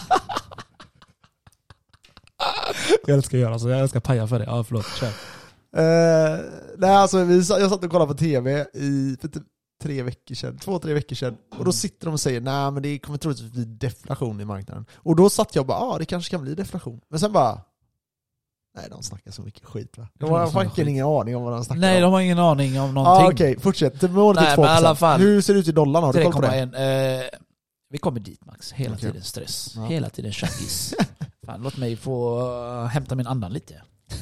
Jag älskar göra så. Jag älskar paja för det. Ja, förlåt. Kör. Eh, nej, alltså, vi, sa- jag satt och kollade på tv i för typ tre veckor sedan, två, tre veckor sedan. Och då sitter de och säger nej men det kommer troligtvis bli deflation i marknaden. Och då satt jag bara, ja ah, det kanske kan bli deflation. Men sen bara, nej de snackar så mycket skit va. De har faktiskt ingen aning om vad de snackar Nej, om. de har ingen aning om Ja någonting. ah, okej, fortsätt. Målet Nej, är två men i procent. alla fall. Hur ser det ut i dollarn? Har du koll på det? tre komma ett. Eh, vi kommer dit, Max. Hela Okej. tiden stress. Ja. Hela tiden tjackis. Fan, låt mig få uh, hämta min andan lite.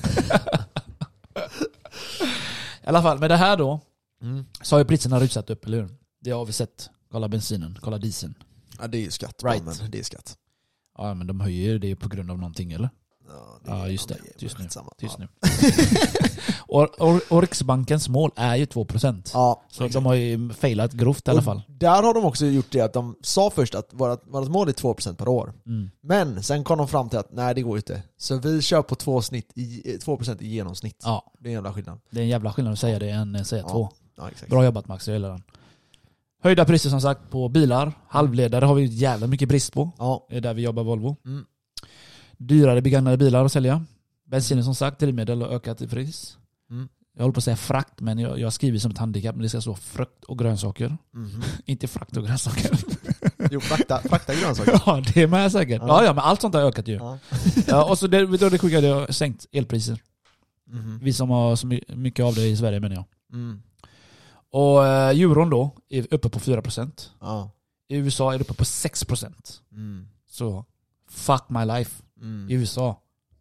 I alla fall, med det här då Mm. så har ju priserna rusat upp, eller hur? Det har vi sett. Kolla bensinen, kolla dieseln. Ja, det är ju skatt. Right. Men det är skatt. Ja, men de höjer ju det på grund av någonting, eller? Ja, Ja, just det. är Tyst nu. skitsamma. Tyst Ja. nu. och, och, och Riksbankens mål är ju två procent. Ja, Så de har ju failat grovt i alla och fall. där har de också gjort det att de sa först att vårt, vårt mål är två procent per år. Mm. Men sen kom de fram till att nej det går inte. Så vi kör på två snitt i, två procent i genomsnitt. Ja, Det är en jävla skillnad. det är en jävla skillnad att säga det än att säga Ja. två. Ja, exakt. Bra jobbat, Max, jag gillar den. Höjda priser som sagt på bilar. Halvledare har vi jävla mycket brist på. Ja. Det är där vi jobbar Volvo. Mm. Dyrare begagnade bilar att sälja. Bensinen som sagt, drivmedel har ökat i pris. Mm. Jag håller på att säga frakt, men jag, jag skriver som ett handikapp, men det ska stå frukt och grönsaker. Mhm. Inte frakt och grönsaker. Jo, frakta, frakta grönsaker. Ja, det är med säkert. Ja. Ja, ja, men allt sånt har ökat ju. Ja. Ja, och så det, då det sjuka, det har sänkt elpriser. Mhm. Vi som har så my- mycket av det i Sverige, menar jag. Mm. Och eh, euron då är uppe på fyra procent. Ja. I U S A är det uppe på sex procent. Mm. Så fuck my life. Mm. I U S A.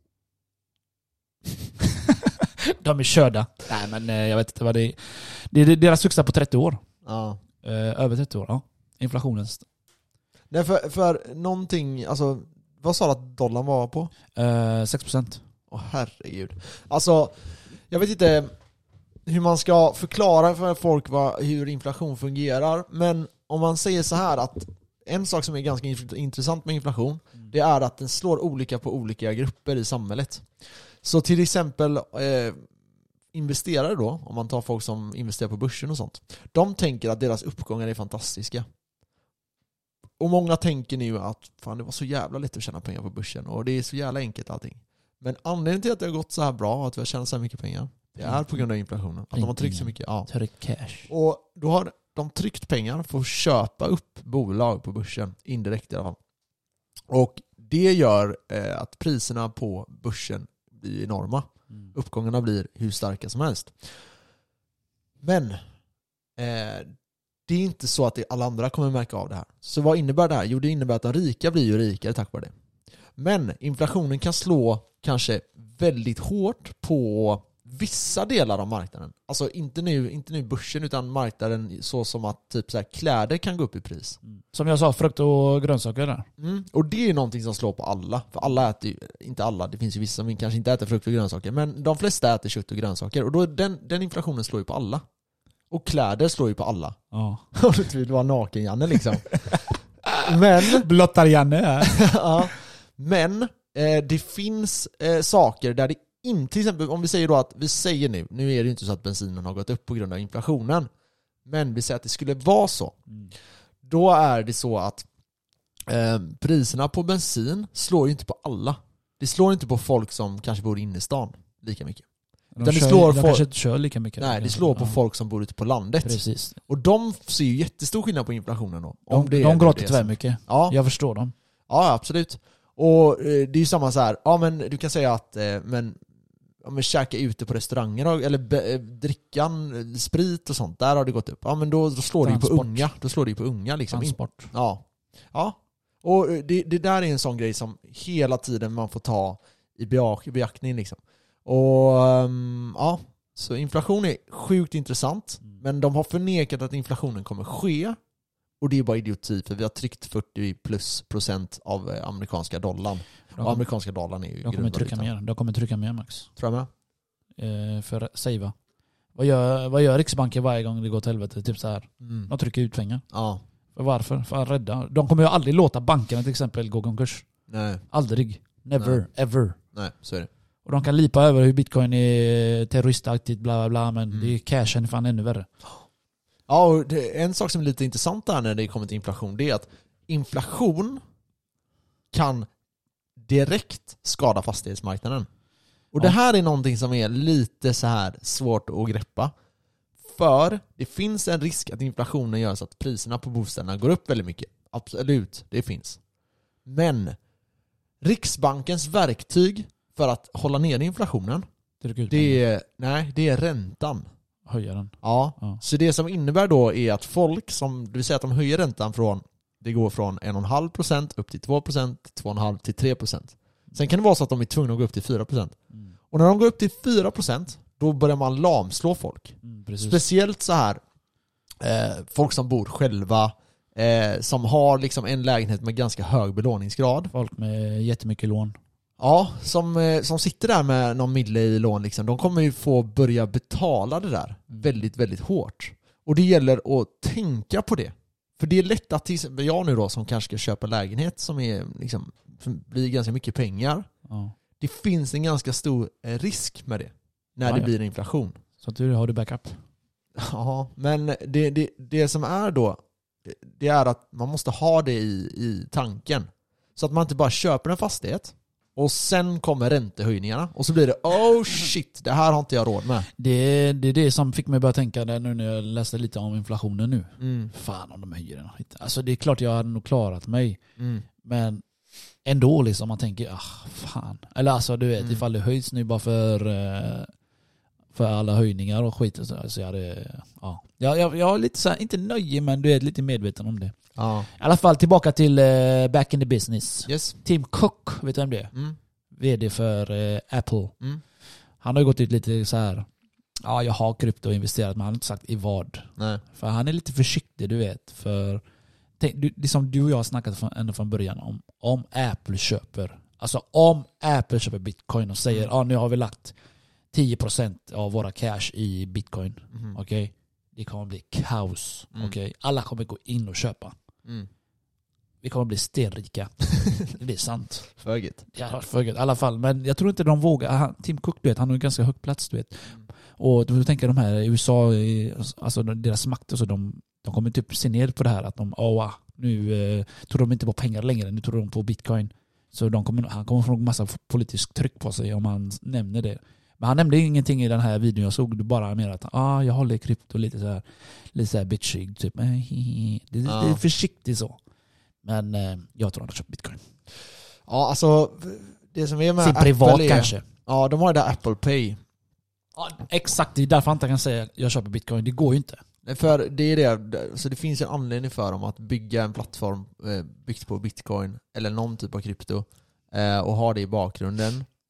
De är körda. Nej, men eh, jag vet inte vad det är. Det är deras högsta på trettio år. Ja. Eh, över trettio år, ja. Inflationens. Nej, för, för någonting, alltså vad sa du att dollarn var på? Eh, sex procent. Åh herregud. Alltså, jag vet inte hur man ska förklara för folk vad, hur inflation fungerar. Men om man säger så här att en sak som är ganska intressant med inflation, det är att den slår olika på olika grupper i samhället. Så till exempel eh, investerare då, om man tar folk som investerar på börsen och sånt, de tänker att deras uppgångar är fantastiska. Och många tänker nu att fan, det var så jävla lätt att tjäna pengar på börsen och det är så jävla enkelt allting. Men anledningen till att det har gått så här bra, att vi har tjänat så här mycket pengar, det är på grund av inflationen. Att de har tryckt så mycket. Ja. Tryck cash. Och då har de tryckt pengar för att köpa upp bolag på börsen, indirekt i alla fall. Och det gör eh, att priserna på börsen blir enorma. Mm. Uppgångarna blir hur starka som helst. Men eh, det är inte så att det, alla andra kommer märka av det här. Så vad innebär det här? Jo, det innebär att de rika blir ju rikare tack vare det. Men inflationen kan slå kanske väldigt hårt på vissa delar av marknaden, alltså inte nu, inte nu börsen utan marknaden så som att typ så här, kläder kan gå upp i pris. Som jag sa, frukt och grönsaker där. Mm. Och det är ju någonting som slår på alla. För alla äter ju, inte alla, det finns ju vissa som kanske inte äter frukt och grönsaker, men de flesta äter kött och grönsaker. Och då den, den inflationen slår ju på alla. Och kläder slår ju på alla. Ja. Och du vill vara naken, Janne, liksom. Men blottar Janne här. ja, men eh, det finns eh, saker där det inte, till exempel om vi säger då att vi säger nu, nu är det ju inte så att bensinen har gått upp på grund av inflationen, men vi säger att det skulle vara så. Mm. Då är det så att eh, priserna på bensin slår ju inte på alla. Det slår inte på folk som kanske bor inne i stan lika mycket. De, det kör, slår de folk, kanske inte kör lika mycket. Nej, det slår på ja. folk som bor ute på landet. Precis. Och de ser ju jättestor skillnad på inflationen då. De, om det de gråter det tyvärr mycket. Ja. Jag förstår dem. Ja, absolut. Och eh, det är ju samma så här. Ja, men du kan säga att eh, men om vi käkar ute på restauranger eller be, drickan, sprit och sånt, där har det gått upp. Ja, men då, då slår det ju på unga. Då slår det ju på unga liksom. Transport. Ja. Ja. Och det, det där är en sån grej som hela tiden man får ta i beaktning liksom. Och um, ja, så inflation är sjukt intressant, mm. men de har förnekat att inflationen kommer ske. Och det är bara idioti, för vi har tryckt fyrtio plus procent av amerikanska dollarn. De, och amerikanska dollarn är ju de kommer trycka mer. De kommer trycka mer, Max. Tror jag med. Eh, för savea. Vad gör, vad gör Riksbanken varje gång det går till helvete? Typ så här. Mm. De trycker ut pengar. Ja. För varför? För att rädda. De kommer ju aldrig låta bankerna till exempel gå konkurs. Nej. Aldrig. Never. Nej. Ever. Nej, så är det. Och de kan lipa över hur bitcoin är terroristaktigt, bla bla bla, men mm. det är cashen fan ännu värre. Ja, och det, en sak som är lite intressant där när det kommer till inflation, det är att inflation kan direkt skada fastighetsmarknaden. Och ja. det här är någonting som är lite så här svårt att greppa. För det finns en risk att inflationen gör så att priserna på bostäderna går upp väldigt mycket. Absolut, det finns. Men Riksbankens verktyg för att hålla ner inflationen, det är, nej, det är räntan. Höja den. Ja. ja, så det som innebär då är att folk som, det vill säga att de höjer räntan från, det går från en komma fem procent upp till två procent, två komma fem till tre procent. Sen kan det vara så att de är tvungna att gå upp till fyra procent. Mm. Och när de går upp till fyra procent, då börjar man lamslå folk. Mm, speciellt så här eh, folk som bor själva, eh, som har liksom en lägenhet med ganska hög belåningsgrad. Folk med jättemycket lån. Ja, som, som sitter där med någon mille i lån liksom, de kommer ju få börja betala det där väldigt, väldigt hårt. Och det gäller att tänka på det. För det är lätt att, till exempel jag nu då som kanske ska köpa lägenhet som är liksom, som blir ganska mycket pengar. Ja. Det finns en ganska stor risk med det när ja, det blir inflation. Så att du har du backup. Ja, men det, det, det som är då, det är att man måste ha det i, i tanken. Så att man inte bara köper en fastighet och sen kommer räntehöjningarna och så blir det oh shit, det här har inte jag råd med. Det är det, är det som fick mig börja tänka där nu när jag läste lite om inflationen nu. Mm. Fan om de höjer den. Alltså det är klart jag hade nog klarat mig. Mm. Men ändå liksom man tänker ah fan. Eller alltså du vet mm. ifall det höjs nu bara för för alla höjningar och skit och så, så jag hade, ja. Jag, jag, jag är lite så här, inte nöjd men du är lite medveten om det. Ja. I alla fall tillbaka till uh, back in the business. Yes. Tim Cook, vet du vem det är? Mm. Vd för uh, Apple. Mm. Han har ju gått ut lite så här. Ja, jag har krypto och investerat, men han har inte sagt i vad. Nej. För han är lite försiktig, du vet. För tänk, du, det som du och jag har snackat från, ända från början om. Om Apple köper, alltså om Apple köper bitcoin och säger, ja mm. ah, nu har vi lagt tio procent av våra cash i bitcoin. Mm. Okej? Okay? Det kommer bli kaos. Mm. Okay? Alla kommer gå in och köpa. Mm. Vi kommer bli stenrika. Det är sant. Föget. Ja, föget i alla fall. Men jag tror inte de vågar. Han, Tim Cook, du vet, han har en ganska hög plats, du vet. Mm. Och du tänker de här i U S A, alltså deras makt och så, de, de kommer typ se ner på det här att de, åh, nu eh, tror de inte på pengar längre, nu tror de på bitcoin. Så de kommer, han kommer få en massa politisk tryck på sig om han nämner det. Men han nämnde ingenting i den här videon jag såg, bara mer att ah, jag håller krypto lite så här, lite så här bitchig typ. Det, det, ja. det är försiktigt så. Men eh, jag tror han har köpt bitcoin. Ja, alltså det som är med sin Apple privat är, kanske. Ja, de har det där Apple Pay. Ja, exakt, det är därför han inte kan säga jag köper bitcoin. Det går ju inte. För det är det, så det finns en anledning för dem att bygga en plattform eh, byggt på bitcoin eller någon typ av krypto eh, och ha det i bakgrunden.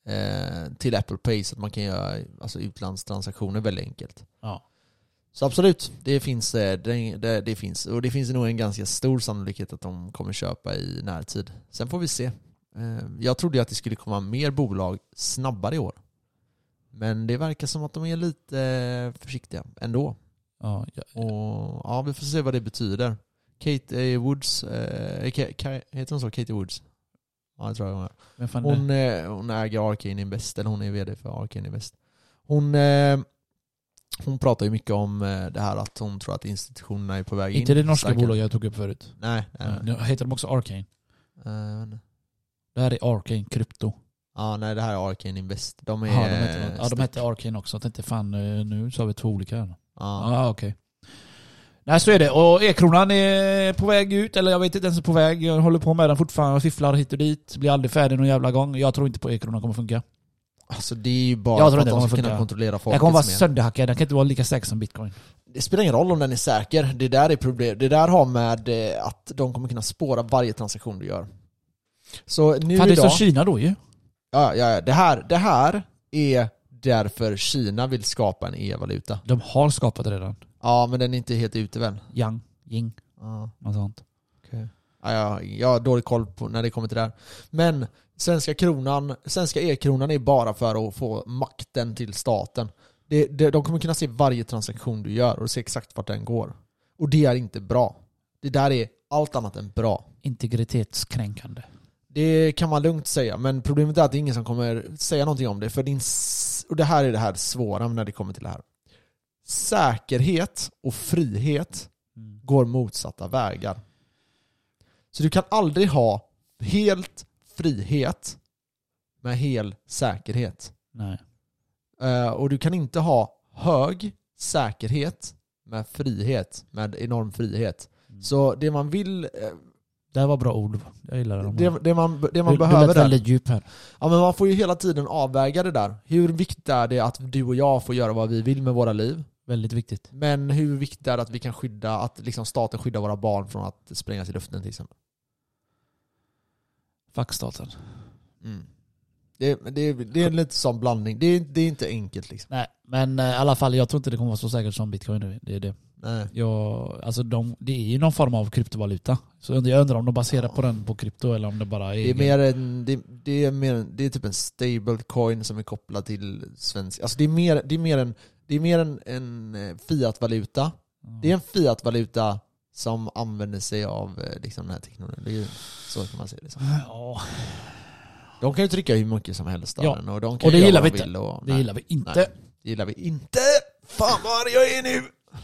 eh, till Apple Pay så att man kan göra alltså, utlandstransaktioner väldigt enkelt. Ja. Så absolut, det finns, det, det, det finns. Och det finns nog en ganska stor sannolikhet att de kommer köpa i närtid. Sen får vi se. Jag trodde att det skulle komma mer bolag snabbare i år. Men det verkar som att de är lite försiktiga ändå. Ja, ja. Och ja, vi får se vad det betyder. Kate Woods, eh, heter hon så? Katie Woods? Ja, det tror jag hon är. Men fan Hon, eh, hon äger Arcane Invest, eller hon är vd för Arcane Invest. Hon... Eh, Hon pratar ju mycket om det här att hon tror att institutionerna är på väg in. Inte det norska Starkare. bolaget jag tog upp förut. Nej. nej, nej. Ja, heter de också Arcane? Uh, Det här är Arcane Krypto. ja, nej, det här är Arcane Invest. De är... Ja, de heter, ja, de heter Arcane också. Jag tänkte fan, nu så har vi två olika här. Ja, Ja, okej. Nej, så är det. Och e-kronan är på väg ut, eller jag vet inte ens på väg. Jag håller på med den fortfarande, fifflar hit och dit. Blir aldrig färdig någon jävla gång. Jag tror inte på e-kronan kommer funka. alltså det är ju bara Jag för tror att inte de det ska kommer kunna funka. kontrollera folket Jag kommer vara mer. sönderhackad. Den kan inte vara lika säker som bitcoin. Det spelar ingen roll om den är säker. Det där är problem. Det där har med eh, att de kommer kunna spåra varje transaktion du gör. Så nu Fan, det är idag... som Kina då ju. Ja, ja, ja. Det här, det här är därför Kina vill skapa en e-valuta. De har skapat det redan. Ja, men den är inte helt ute väl? Yang, Ying, Ja. och sånt. Okay. Ja, ja, jag har dålig koll på när det kommer till det här. Men svenska kronan, svenska e-kronan är bara för att få makten till staten. Det, det, de kommer kunna se varje transaktion du gör och se exakt vart den går. Och det är inte bra. Det där är allt annat än bra. Integritetskränkande. Det kan man lugnt säga, men problemet är att det är ingen som kommer säga någonting om det. För din, och det här är det här svåra när det kommer till det här. Säkerhet och frihet Mm. går motsatta vägar. Så du kan aldrig ha helt frihet med hel säkerhet. Nej. Uh, och du kan inte ha hög säkerhet med frihet, med enorm frihet. Mm. Så det man vill... Uh, Det här var bra ord. Jag gillar det. det, det man, det man du, behöver du lät där. väldigt djup här. Ja, men man får ju hela tiden avväga det där. Hur viktigt är det att du och jag får göra vad vi vill med våra liv? Väldigt viktigt. Men hur viktigt är det att vi kan skydda, att liksom staten skyddar våra barn från att sprängas i luften till exempel? Fuck staten. Mm. Det, det, det är en lite sån blandning. Det är, det är inte enkelt liksom. Nej, men eh, i alla fall, jag tror inte det kommer vara så säkert som bitcoin nu. Det är det. Nej. Jag, alltså de, det är ju någon form av kryptovaluta. Så jag undrar om de baserar Ja. på den på krypto eller om det bara är... Det är mer en, det, det är mer en, det är typ en stablecoin som är kopplad till svensk. Alltså det är mer, det är mer en, det är mer en, en fiatvaluta. Det är en fiatvaluta som använder sig av liksom den här teknologin. Det är, så kan man säga det. Ja, De kan ju trycka hur mycket som helst av Ja. den. Och, de kan och det göra gillar vad vi de inte. vill och, Det nej, gillar vi inte. nej, det gillar vi inte. Fan vad arg jag är nu.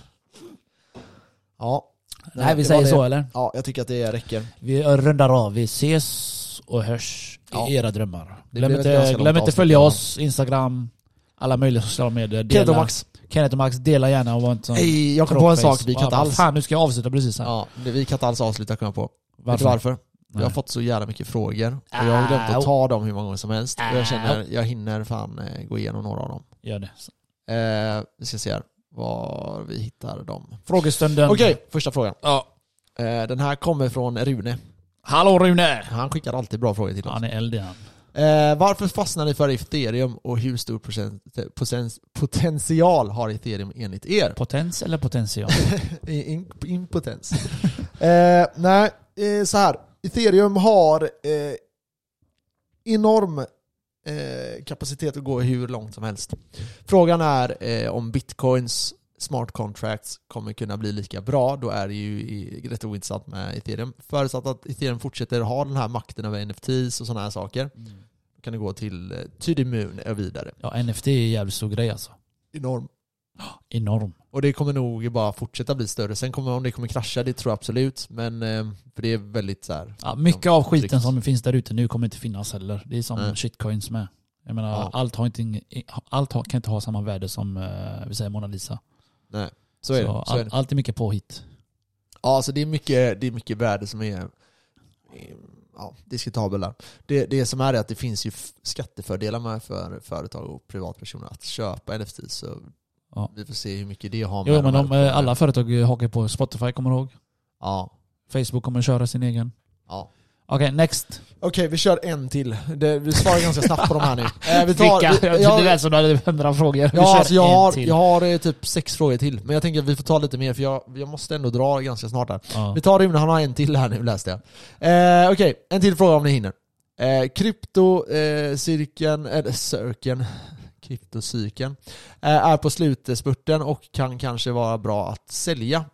Ja. Nej, vi det säger var så det. eller? Ja, jag tycker att det räcker. Vi rundar av. Vi ses och hörs Ja. i era drömmar. Det Glöm blev ett ganska inte, långt glöm inte avsnitt, följa ja. oss, Instagram, alla möjliga sociala medier. Kenneth och Dela- Max. Kenneth och Max, dela gärna och var inte sån Hej, jag kom på en trollface. sak vi kan inte Ja, alls... Fan, nu ska jag avsluta precis här. Ja, det, vi kan inte alls avsluta komma på. Vet Varför? du varför? Vi har Nej. fått så jävla mycket frågor. Och jag har glömt att ta dem hur många gånger som helst. Och jag känner jag hinner fan eh, gå igenom några av dem. Gör det. Eh, vi ska se här var vi hittar dem. Frågestunden. Okej, första frågan. Ja. Eh, den här kommer från Rune. Hallå Rune! Han skickar alltid bra frågor till oss. Han är eld han. Eh, varför fastnar ni för ethereum och hur stor procent, procent, potential har ethereum enligt er? Potens eller potential? In, impotens. eh, nej, eh, så här. Ethereum har eh, enorm eh, kapacitet att gå hur långt som helst. Frågan är eh, om bitcoins smart contracts kommer kunna bli lika bra. Då är det ju i, rätt ointressant med ethereum. Förutsatt att ethereum fortsätter ha den här makten över N F Ts och sådana här saker. Mm. Då kan det gå till eh, to the moon och vidare. Ja, N F T är en jävligt stor grej alltså. Enorm. Enorm. Och det kommer nog bara fortsätta bli större. Sen kommer, om det kommer krascha, det tror jag absolut. Men eh, för det är väldigt så här. Ja, mycket av skiten tryckt. som finns där ute nu kommer inte finnas heller. Det är som Nej. shitcoins med. Jag menar, Ja. allt, har inte, ing- allt har, kan inte ha samma värde som eh, vi säger Mona Lisa. Nej, så är det. Så Så är all, det. allt är mycket påhitt. Ja, alltså det är mycket, det är mycket värde som är ja, diskutabla. Det, det som är, är att det finns ju f- skattefördelar med för företag och privatpersoner att köpa N F T. Så Ja. vi får se hur mycket det har med Jo, men de de, här- eh, alla företag hakar på. Spotify kommer du ihåg. Ja, Facebook kommer köra sin egen. ja. Okej, next. Okej, vi kör en till. Det, vi svarar ganska snabbt på de här nu. Eh, vi tar, Vilka? vi, Jag, det lät som du hade hundra frågor. Vi ja, kör alltså jag, en har, till. jag har eh, typ sex frågor till. Men jag tänker att vi får ta lite mer, för jag, jag måste ändå dra ganska snart här. Ja. Vi tar Rune, han har en till här nu, läste jag. Eh, Okej, en till fråga om ni hinner. Eh, kryptocirkeln, eller cirkeln, kryptocykeln, eh, är på slutspurten och kan kanske vara bra att sälja.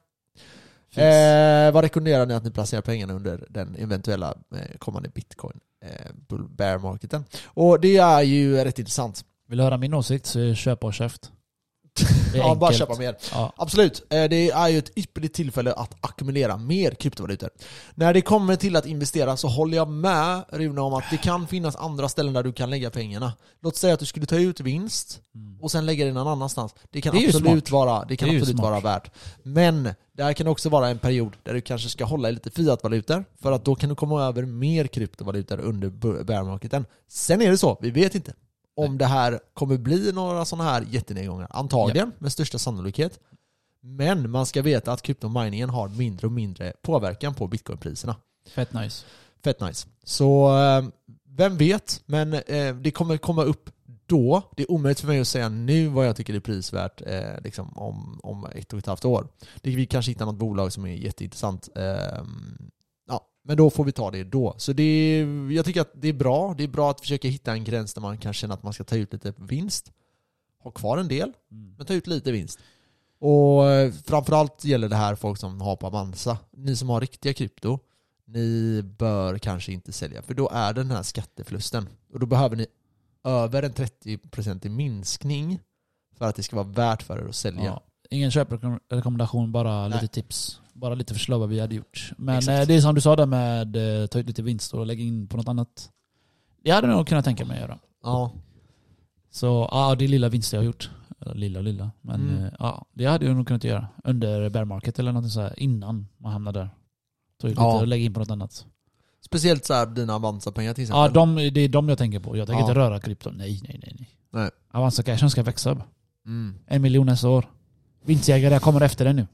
Eh, vad rekommenderar ni att ni placerar pengarna under den eventuella eh, kommande bitcoin eh, bull bear marketen? Och det är ju rätt intressant. Vill du höra min åsikt så köp och köft. Det är Ja, bara enkelt. köpa mer. Ja. Absolut. Eh, Det är ju ett ypperligt tillfälle att ackumulera mer kryptovalutor. När det kommer till att investera så håller jag med Rune om att det kan finnas andra ställen där du kan lägga pengarna. Låt säga att du skulle ta ut vinst och sen lägga det någon annanstans. Det kan Det är ju absolut, smart. vara, det kan Det är ju absolut smart. vara värt. Men det här kan också vara en period där du kanske ska hålla i lite fiatvalutor, för att då kan du komma över mer kryptovalutor under bear-marketen. Sen är det så, vi vet inte om det här kommer bli några sådana här jättenedgångar. Antagligen, med största sannolikhet. Men man ska veta att kryptominingen har mindre och mindre påverkan på bitcoinpriserna. Fett nice. Fett nice. Så eh, vem vet, men eh, det kommer komma upp då. Det är omöjligt för mig att säga nu vad jag tycker är prisvärt eh, liksom om, om ett och ett halvt år. Det, vi kanske hittar något bolag som är jätteintressant. Eh, ja, men då får vi ta det då. Så det är, jag tycker att det är bra. Det är bra att försöka hitta en gräns där man kan känna att man ska ta ut lite vinst. Ha kvar en del, Mm. men ta ut lite vinst. Och eh, framförallt gäller det här folk som har på Avanza. Ni som har riktiga krypto, ni bör kanske inte sälja, för då är den här skatteförlusten. Och då behöver ni över en trettio procent i minskning för att det ska vara värt för er att sälja. Ja. Ingen köprekommendation, bara Nej. lite tips. Bara lite förslag vad vi hade gjort. Men Exakt. eh, det är som du sa där med eh, ta ut lite vinst och lägga in på något annat. Det hade jag nog kunnat tänka mig att göra. Ja. Så ja, det är lilla vinster jag har gjort. Eller lilla lilla. Men Mm. eh, ja, det hade jag nog kunnat göra. Under bear market eller något så här innan man hamnar där. Ta ut Ja. lite och lägga in på något annat. Speciellt så här dina Avanza-pengar till exempel. Ja, de, det är de jag tänker på. Jag tänker Ja. inte röra krypton. Nej, nej, nej. nej. Nej. Avanza cashen ska växa. Mm. En miljon nästa år. Vinstjägare, jag kommer efter det nu.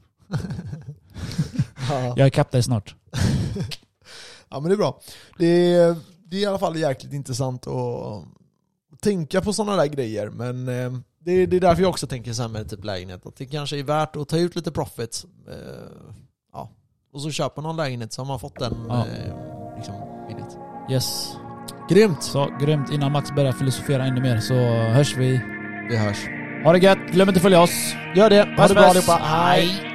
Ja. Jag är kapp där snart. Ja, men det är bra. Det är, det är i alla fall jäkligt intressant att tänka på sådana där grejer. Men eh, det, är, det är därför jag också tänker så här med typ lägenhet. Att det kanske är värt att ta ut lite profit. Eh, ja. Och så köpa någon lägenhet så har man fått den Ja. eh, liksom billigt. Yes. Grymt! Så grymt. Innan Max börjar filosofera ännu mer så hörs vi. Vi hörs. Ha det gött. Glöm inte att följa oss. Gör det. Ha Puss, det bra puss. allihopa. Hej.